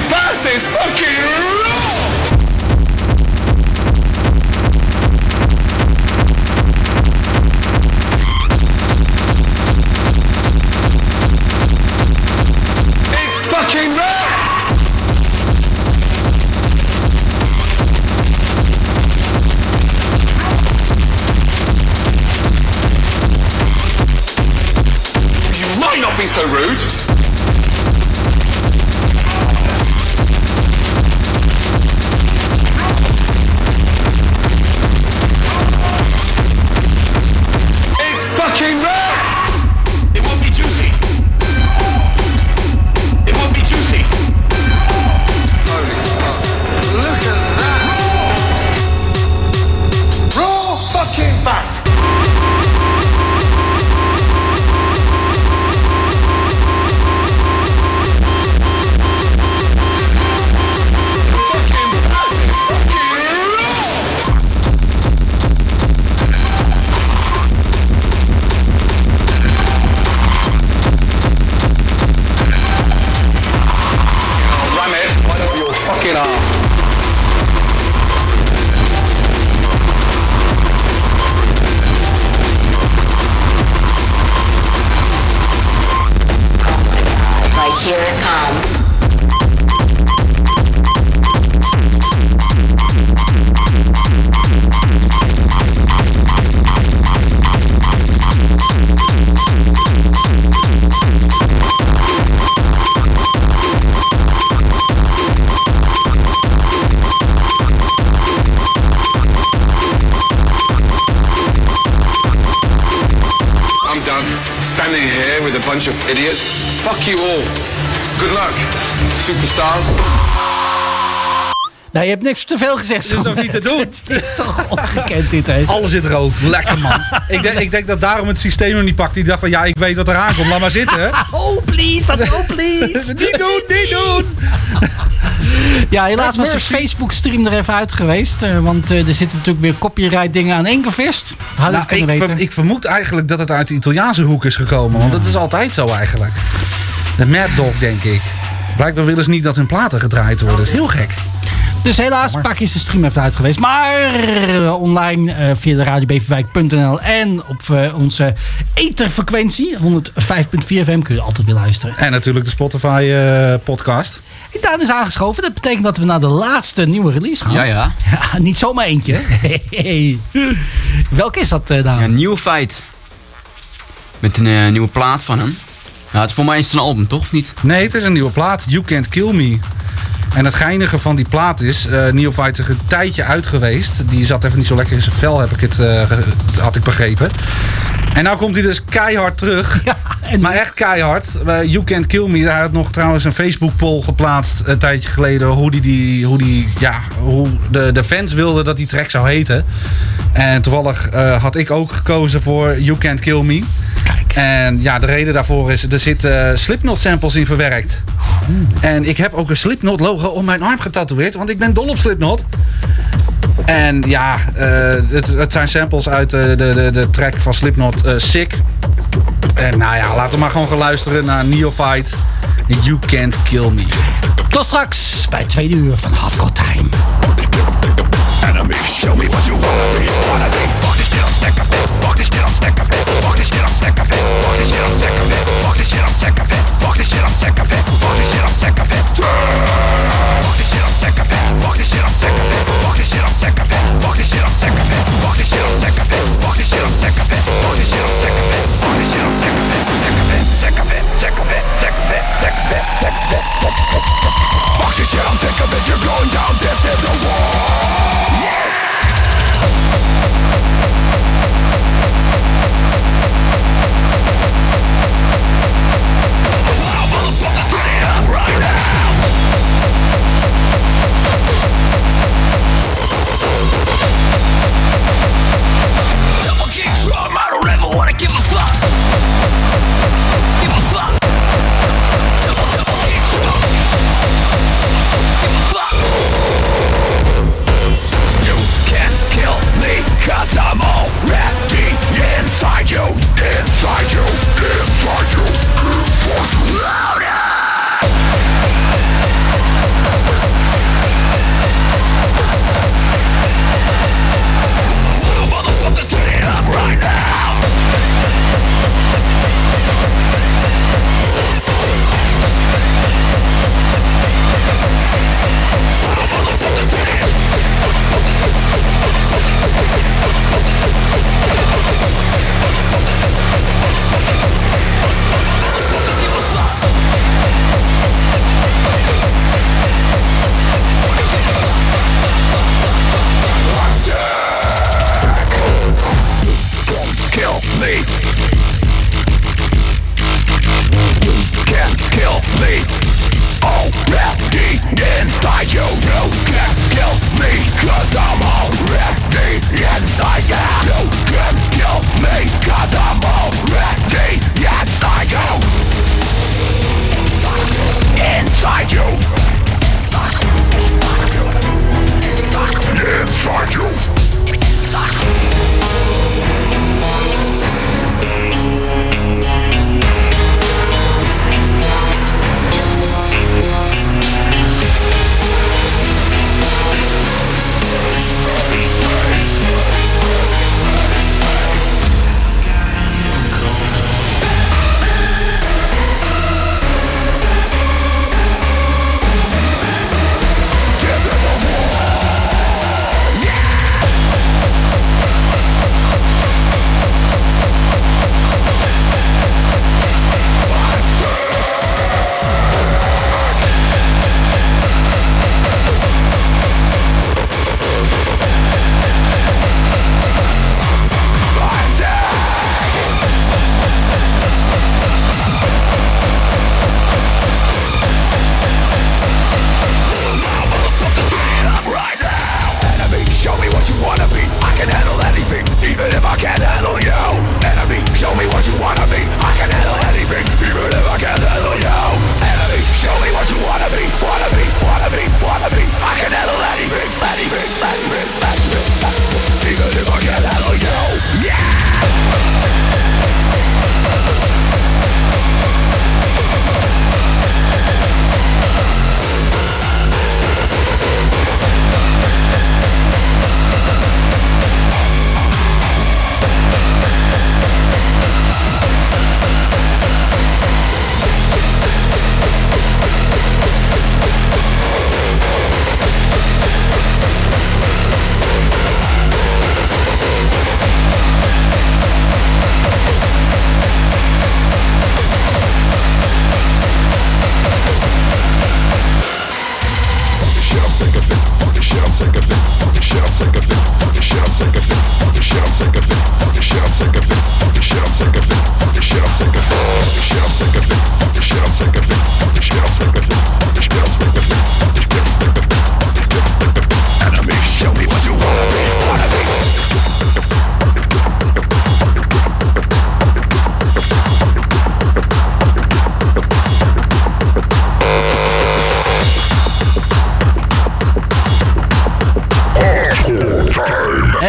bastards fucking roll! It's fucking roll! Might not be so rude. It's fucking rare. It won't be juicy. It won't be juicy. Holy fuck. Look at that. Raw fucking fat. Fucking ass. Like here it comes. Standing here with a bunch of idiots. Fuck you all. Good luck, superstars. Nou, je hebt niks te veel gezegd. Dat is ook niet te doen. Het is toch ongekend dit, hè? Alles in het rood. Lekker, man. Ik denk dat daarom het systeem nog niet pakt. Die dacht van, ja, ik weet wat eraan komt. Laat maar zitten. Oh, please. Oh, please. Niet doen. Ja, helaas was de Facebook-stream er even uit geweest. Want er zitten natuurlijk weer copyright dingen aan Enkervest. Had je het kunnen weten. Ik vermoed eigenlijk dat het uit de Italiaanse hoek is gekomen. Want dat is altijd zo eigenlijk. De Mad Dog, denk ik. Blijkbaar willen ze niet dat hun platen gedraaid worden. Dat is heel gek. Dus helaas, een paar keer is de stream even uit geweest. Maar online via de radiobeverdijk.nl en op onze etherfrequentie 105.4 FM kun je altijd weer luisteren. En natuurlijk de Spotify podcast. En Daan is aangeschoven. Dat betekent dat we naar de laatste nieuwe release gaan. Ja. Ja, niet zomaar eentje. Hey. Welke is dat, Daan? Ja, Nieuwe Feit. Met een nieuwe plaat van hem. Nou, voor mij is het een album, toch? Of niet? Nee, het is een nieuwe plaat. You Can't Kill Me. En het geinige van die plaat is, Neophyte is een tijdje uit geweest. Die zat even niet zo lekker in zijn vel, had ik begrepen. En nou komt hij dus keihard terug. Ja, maar echt keihard. You Can't Kill Me. Hij had nog trouwens een Facebook poll geplaatst een tijdje geleden. Hoe de fans wilden dat die track zou heten. En toevallig had ik ook gekozen voor You Can't Kill Me. Kijk. En ja, de reden daarvoor is, er zitten Slipknot samples in verwerkt. En ik heb ook een Slipknot logo op mijn arm getatoeëerd, want ik ben dol op Slipknot. En ja, het zijn samples uit de track van Slipknot, Sick. En nou ja, laten we maar gewoon gaan luisteren naar Neophyte. You Can't Kill Me. Tot straks bij het tweede uur van Hardcore Time. Enemy, show me what you wanna be. Fuck this shit, I'm sick of it. Fuck this shit, I'm sick of it. Fuck this shit, I'm sick of it. Fuck this shit, I'm sick of it. Fuck this shit, I'm sick of it. Fuck this shit, I'm sick of it. Fuck this shit, I'm sick of it. Fuck this shit, I'm sick of it. Fuck this shit, I'm sick of it. Fuck this shit, I'm sick of it. Fuck this shit, I'm sick of it. Fuck this shit, I'm sick of it. Fuck this shit, I'm sick of it. Fuck this shit, I'm sick of it. Fuck this shit, I'm sick of it. Sick of it. Sick of it. Sick of it. Sick of it. Sick of it. Sick of it. Fuck this shit, I'm sick of it. You're going down. This is the war. Yeah. Motherfuckers,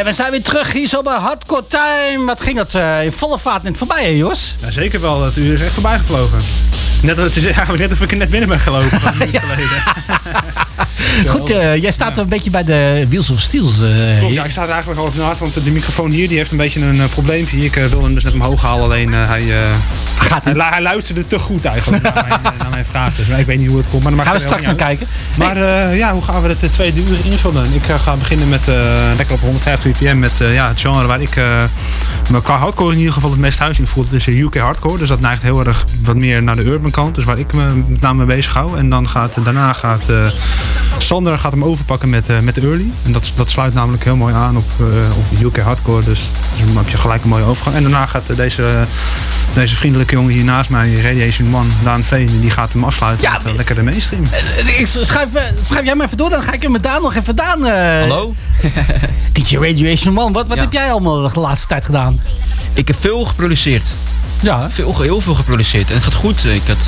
we zijn weer terug hier zo bij Hardcore Time. Wat ging dat in volle vaart net voorbij, hè, Jos? Ja, zeker wel. Het uur is echt voorbij gevlogen. Het is eigenlijk net of ik er net binnen ben gelopen. Een minuut geleden. Goed, jij staat een beetje bij de Wheels of Steels. Klopt, ja, ik sta er eigenlijk al over naast, want de microfoon hier die heeft een beetje een probleempje. Ik wilde hem dus net omhoog halen, alleen hij luisterde te goed eigenlijk naar mijn vraag. Dus maar ik weet niet hoe het komt. Maar gaan we straks naar kijken. Maar hoe gaan we het tweede uur invullen? Ik ga beginnen met lekker op 150 ppm met het genre waar ik me qua hardcore in ieder geval het meest thuis in voel. Dat is UK hardcore, dus dat neigt heel erg wat meer naar de urban kant. Dus waar ik me met name mee bezig hou. En dan daarna gaat Sander hem overpakken met de early. En dat sluit namelijk heel mooi aan op UK hardcore. Dus dan heb je gelijk een mooie overgang. En daarna gaat deze vriendelijke jongen hier naast mij, Radiation One, Daan Veen, die gaat hem afsluiten met lekker de mainstream. Schrijf jij maar even door, dan ga ik hem met Daan nog even Hallo? DJ Radiation One, wat heb jij allemaal de laatste tijd gedaan? Ik heb veel geproduceerd. Ja. Heel veel geproduceerd. En het gaat goed.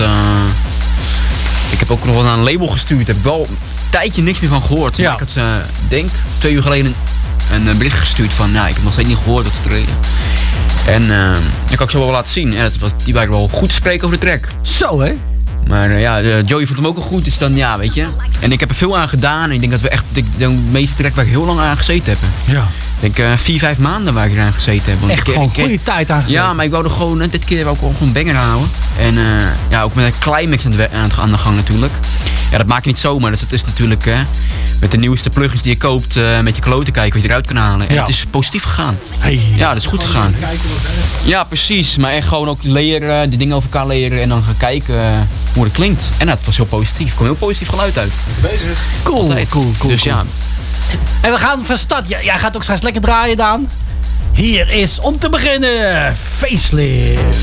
Ik heb ook nog wel naar een label gestuurd. Heb ik wel een tijdje niks meer van gehoord. Ja. Ik had denk 2 uur geleden een bericht gestuurd van, ik heb nog steeds niet gehoord dat ze treden. En dat kan ik zo wel laten zien. En die waren wel goed te spreken over de track. Zo, hè? Maar Joey vond hem ook wel goed, dus dan weet je. En ik heb er veel aan gedaan en ik denk dat we echt de meeste track waar ik heel lang aan gezeten hebben. Ja. Ik denk 4-5 maanden waar ik eraan gezeten heb. Want echt gewoon goede tijd aan gezeten. Ja, maar ik wou er gewoon, dit keer wou ik gewoon banger houden. En ook met een climax aan de gang natuurlijk. Ja, dat maak je niet zomaar. Dus dat is natuurlijk met de nieuwste plugins die je koopt, met je kloten kijken wat je eruit kan halen. En het is positief gegaan. Hey. Ja, dat is goed gegaan. Ja, precies. Maar echt gewoon ook leren, die dingen over elkaar leren en dan gaan kijken hoe het klinkt. En het was heel positief. Er kwam heel positief geluid uit. Cool. Dus ja. En we gaan van start. Jij gaat ook straks lekker draaien, Daan. Hier is om te beginnen Facelift.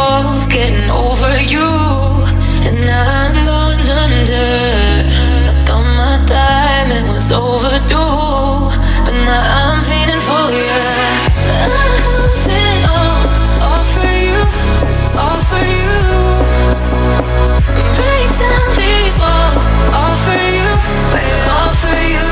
both getting over you, and now I'm going under. I thought my time it was overdue, but now I'm feeling for you. I'll lose it all for you, all for you. Break down these walls, all for you, baby, all for you.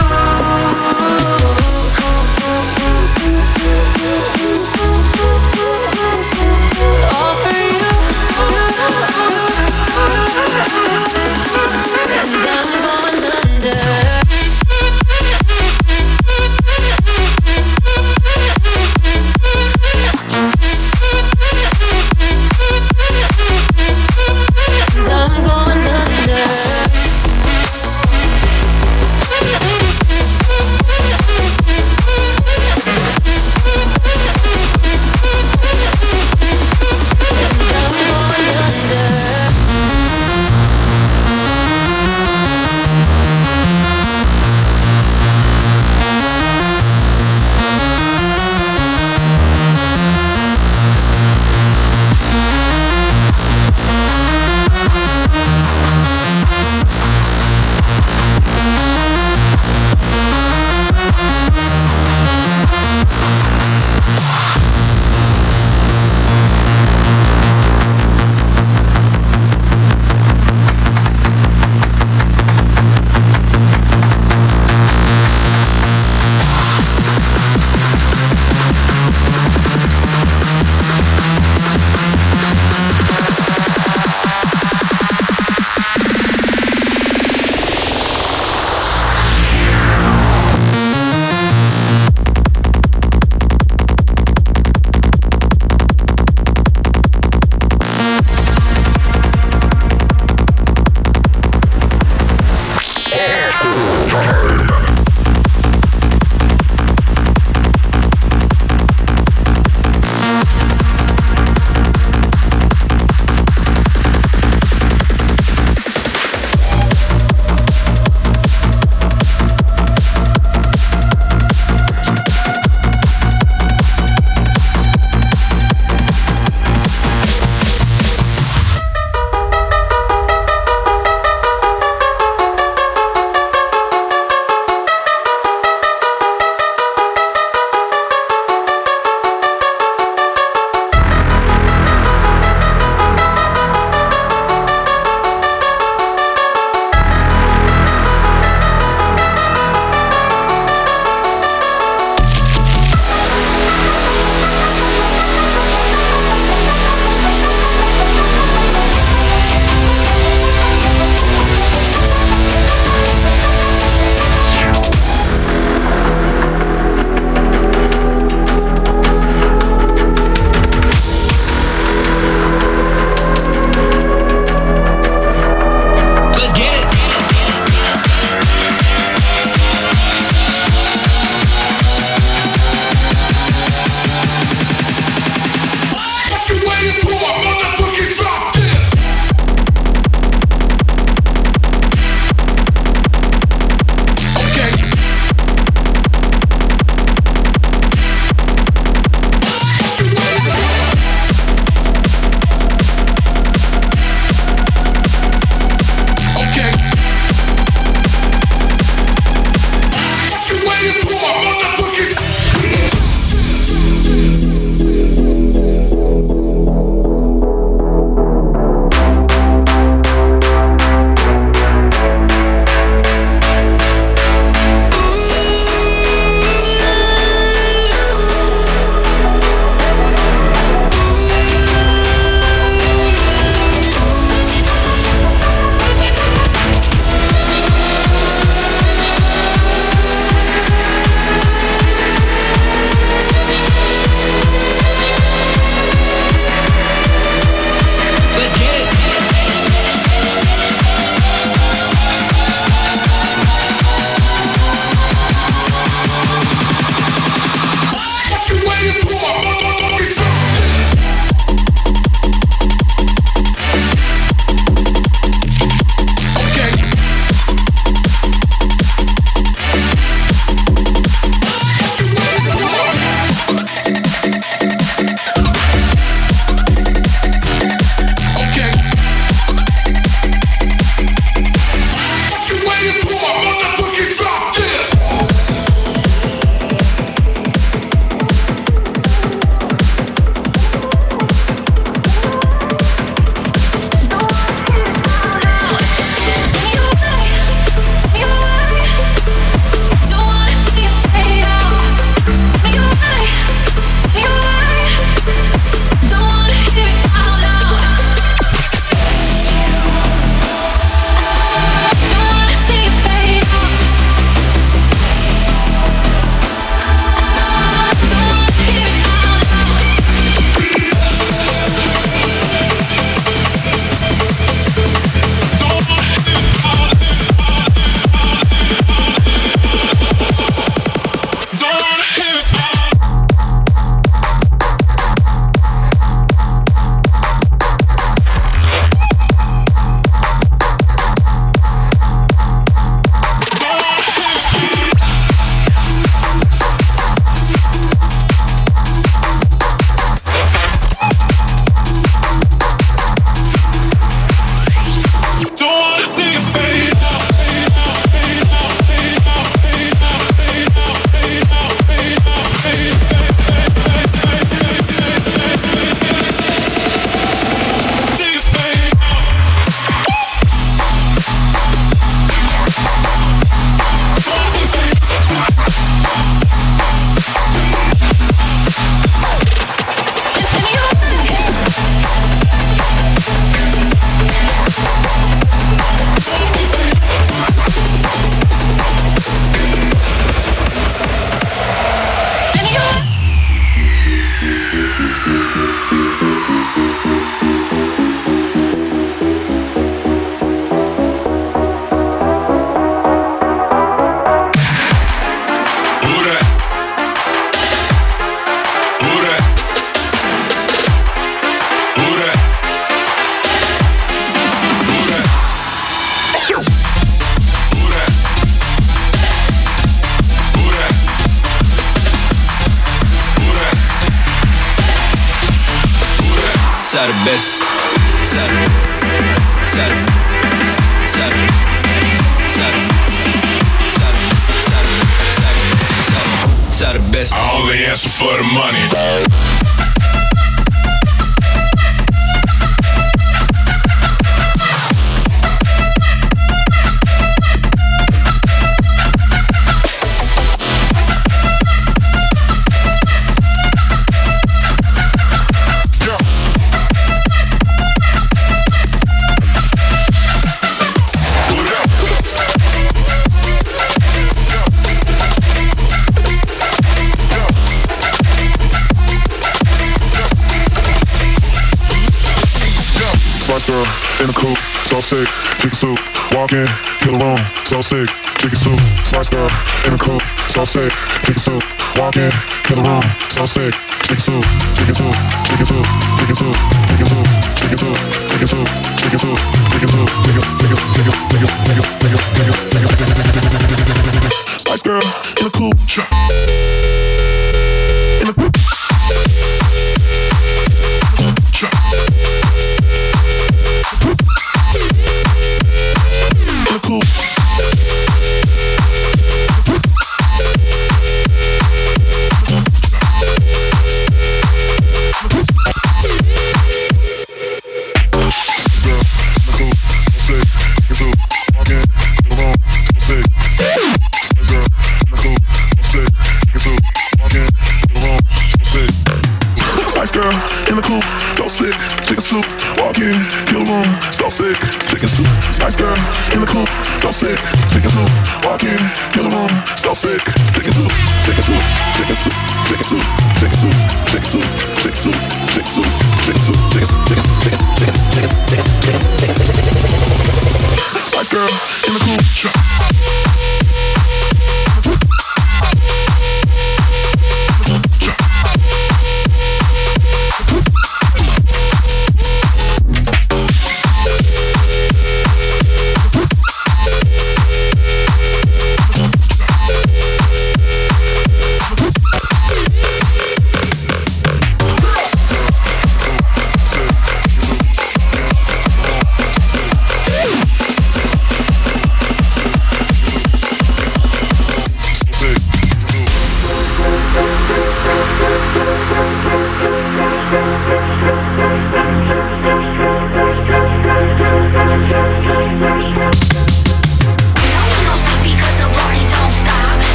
All for you. best. The best. I only answer for the money. Girl in the coupe, so sick, chicken soup, walk in, kill the room, so sick, chicken soup, spice girl in the coupe, so sick, chicken soup, walk in, kill the room, so sick, chicken soup, chicken soup, chicken soup, chicken soup, chicken soup, chicken soup, chicken soup, chicken soup, chicken soup, spice girl in the coupe, in the coupe. Chicken soup, spice girl in the coupe, so sick. Chicken soup, walk in, kill the room, so sick. Chicken soup, chicken soup, chicken soup, chicken soup, chicken soup, chicken soup, chicken soup, chicken soup, chicken soup, chicken. Spice girl in the coupe.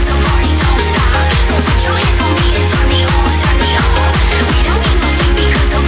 Because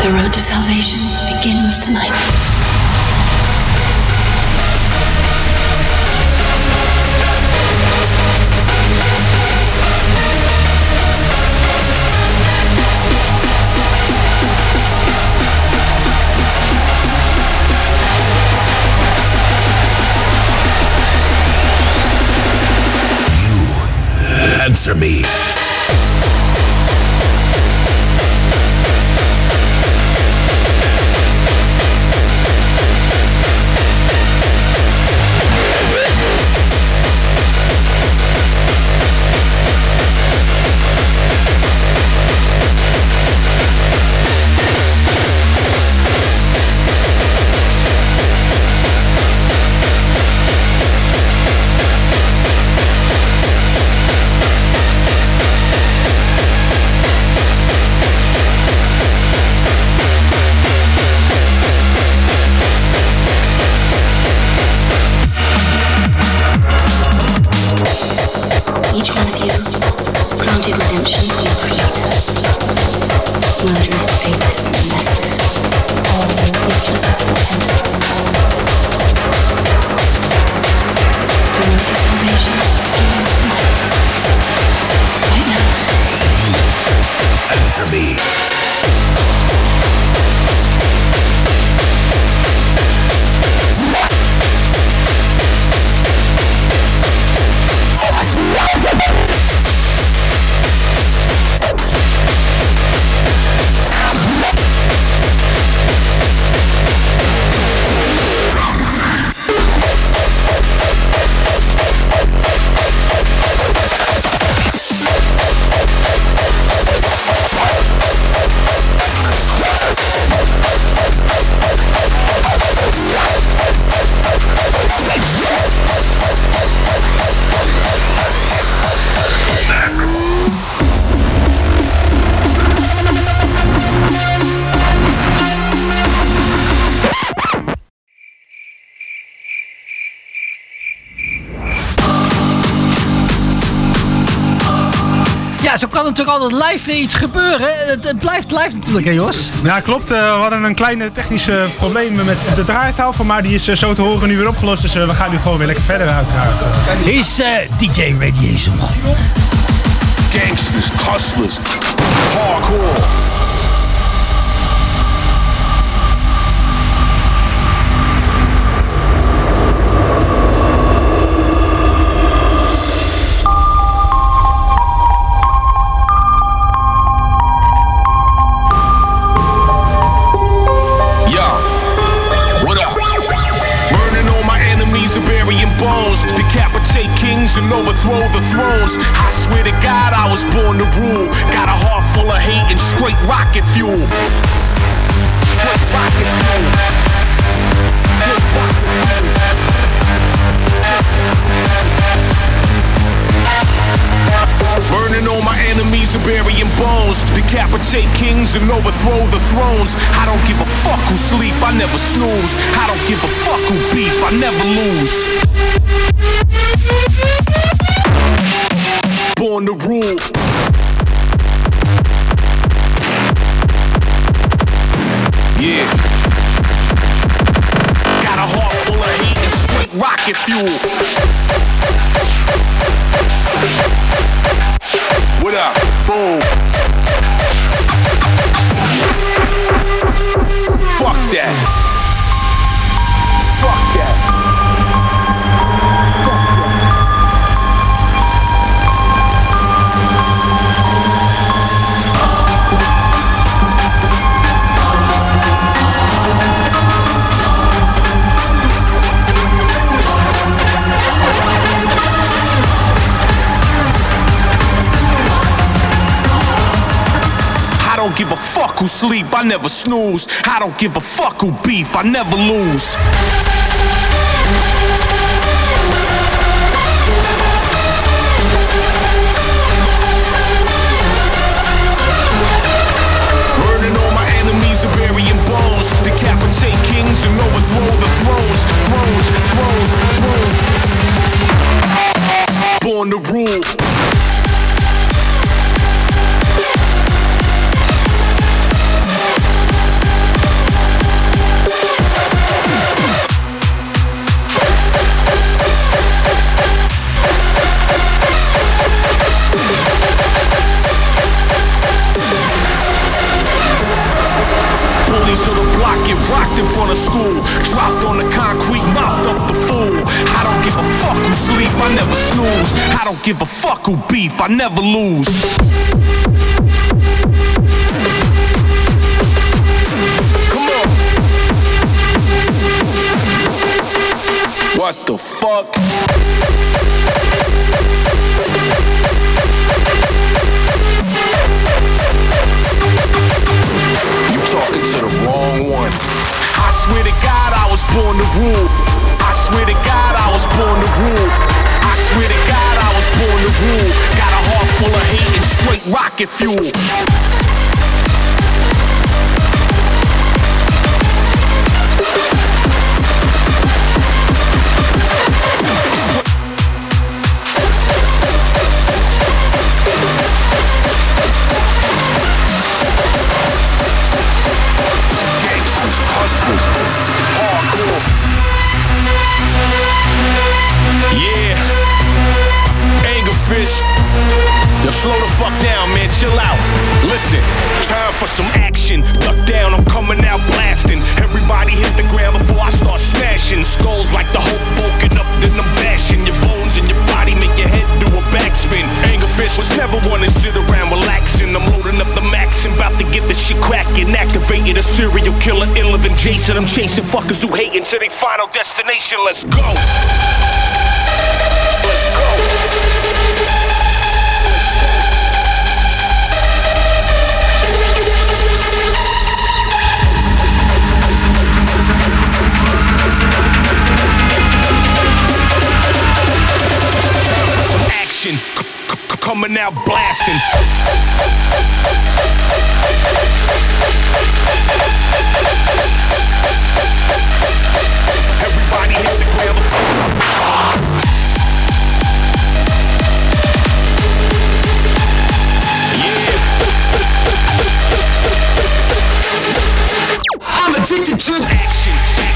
The road to salvation begins tonight. Answer me. Each one of you granted redemption for your creator. Murderous, faithless, and restless. All creatures of repentance. The road to salvation begins tonight. Right now. Answer me. Ja, zo kan natuurlijk altijd live weer iets gebeuren. Het blijft live natuurlijk, hè Jos? Ja, klopt. We hadden een kleine technische probleem met de draaitafel, maar die is zo te horen nu weer opgelost. Dus we gaan nu gewoon weer lekker verder uiteraard. Is DJ Radiation Man. Gangsters, hustlers, hardcore. Decapitate kings and overthrow the thrones. I swear to God I was born to rule. Got a heart full of hate and straight rocket fuel. Straight rocket fuel. Burning all my enemies and burying bones. Decapitate kings and overthrow the thrones. I don't give a fuck who sleep, I never snooze. I don't give a fuck who beef, I never lose. Born to rule. Yeah. Got a heart full of hate and straight rocket fuel. What up? Boom. Fuck that. Fuck that. I don't give a fuck who sleep, I never snooze. I don't give a fuck who beef, I never lose. Burning all my enemies and burying bones. Decapitate kings and overthrow the thrones. Born to rule. give a fuck who beef, I never lose. Come on. What the fuck? You talking to the wrong one. I swear to God I was born to rule. I swear to God I was born to rule. I swear to God I was born to rule. Got a heart full of hate and straight rocket fuel. Gangsters, hustlers, hardcore. Yeah, anger fist. Yo, slow the fuck down, man, chill out. Listen, time for some action. Duck down, I'm coming out blasting. Everybody hit the ground before I start smashing. Skulls like the Hulk bulking up, then I'm bashing. Your bones in your body make your head do a backspin. Anger fist was never one to sit around relaxing. I'm loading up the max and about to get this shit cracking. Activated a serial killer, iller than Jason. I'm chasing fuckers who hating to their final destination. Let's go. Let's go. Some action coming out blasting. Everybody hit the ground. I'm addicted to the action.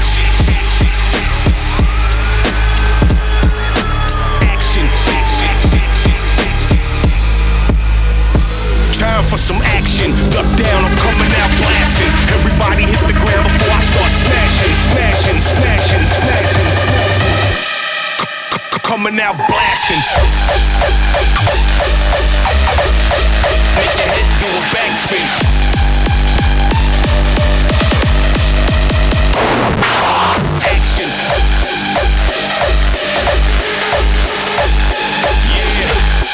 Time for some action. Duck down, I'm coming out blasting. Everybody hit the ground before I start smashing, smashing, smashing, smashing. Coming out blasting. Make your head do a backspin. Action. Yeah.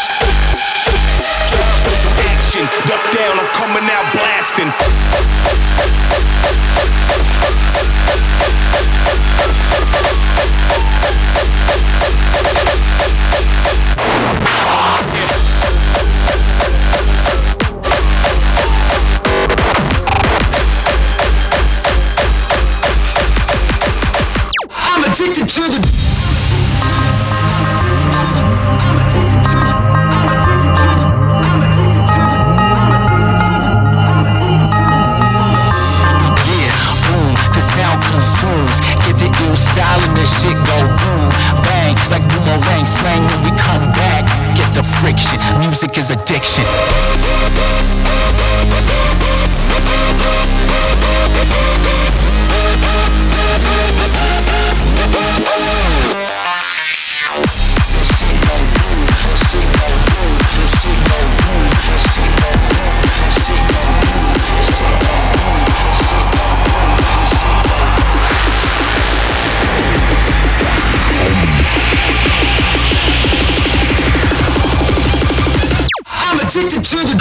Time for some action. Duck down, I'm coming out blasting. I'm addicted to the get the ill style and this shit go boom, bang, like boomerang slang when we come back. Get the friction, music is addiction. I'm addicted to the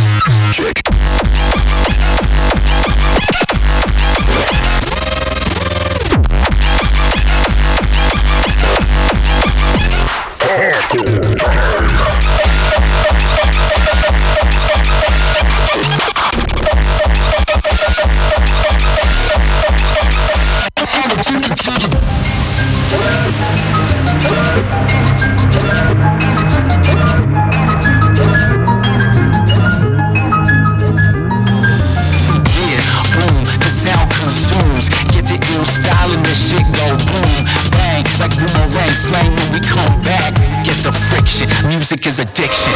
music is addiction.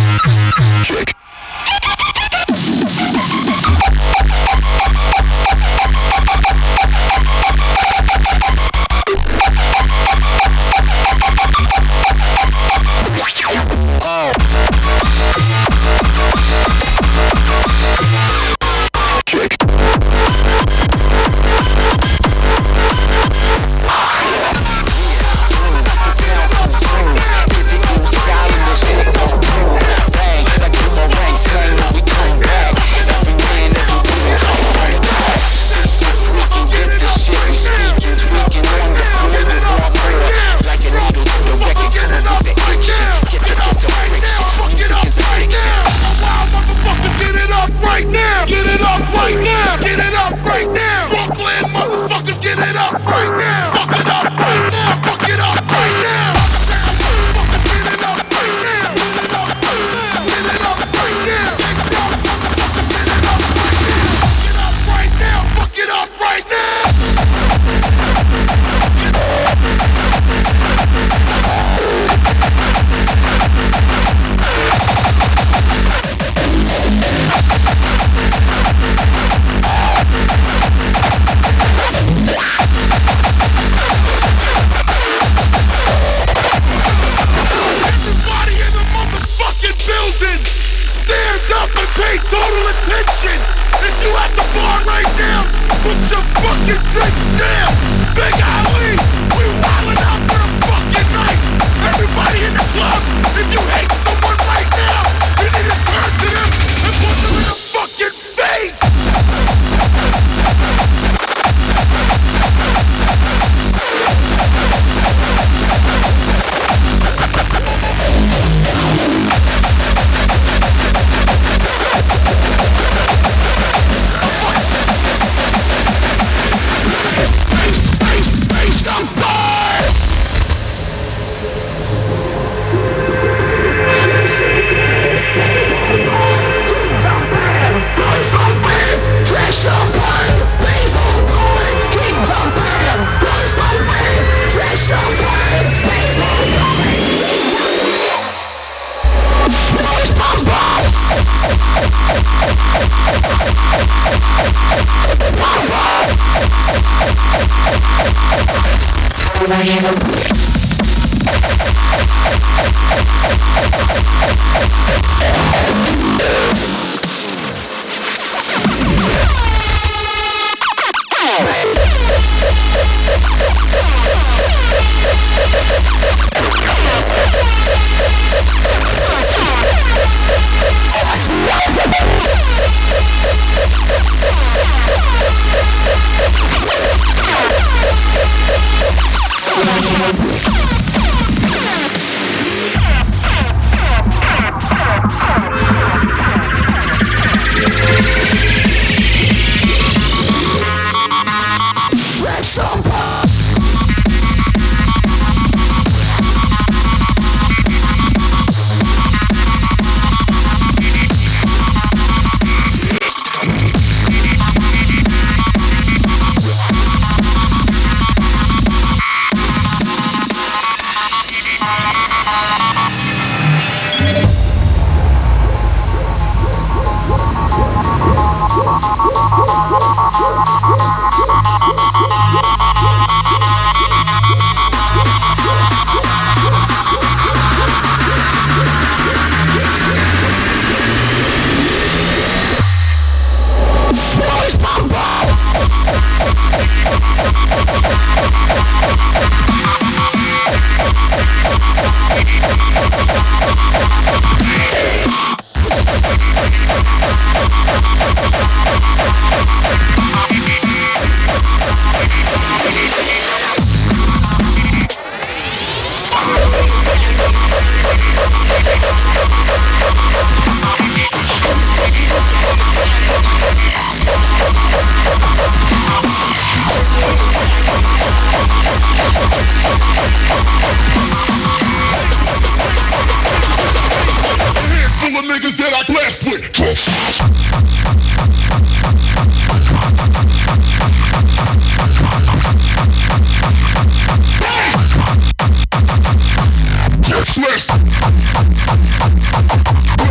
Yes,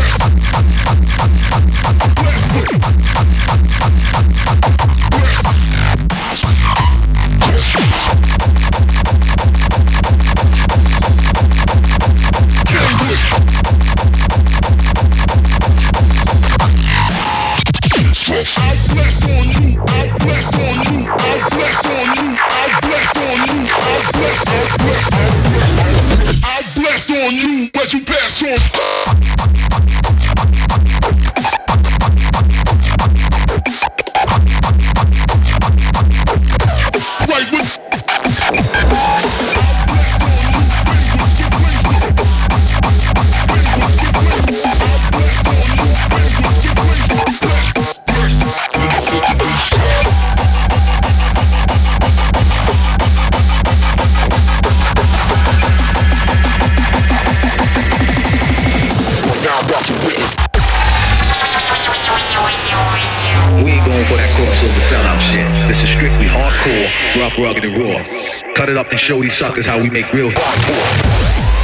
bullshit. This is strictly hardcore, rough, rugged, and raw. Cut it up and show these suckers how we make real hardcore.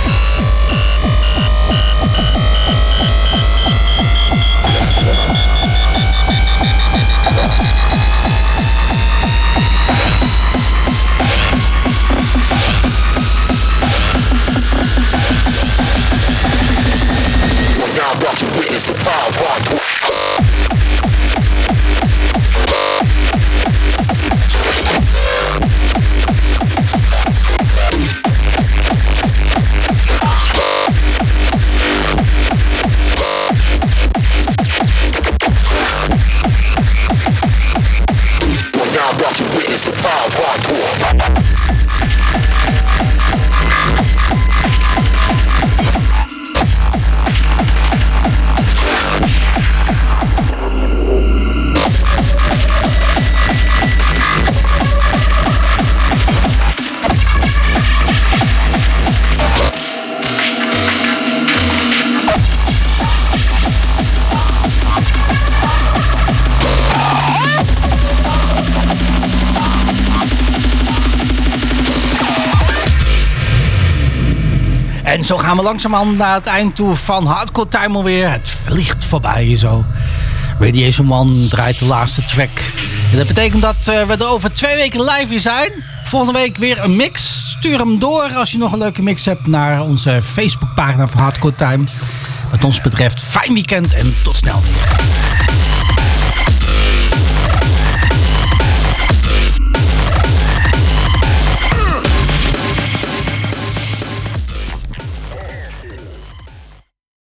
En zo gaan we langzamerhand naar het eind toe van Hardcore Time alweer. Het vliegt voorbij zo. Radiation One draait de laatste track. En dat betekent dat we er over 2 weken live weer zijn. Volgende week weer een mix. Stuur hem door als je nog een leuke mix hebt naar onze Facebookpagina van Hardcore Time. Wat ons betreft, fijn weekend en tot snel weer.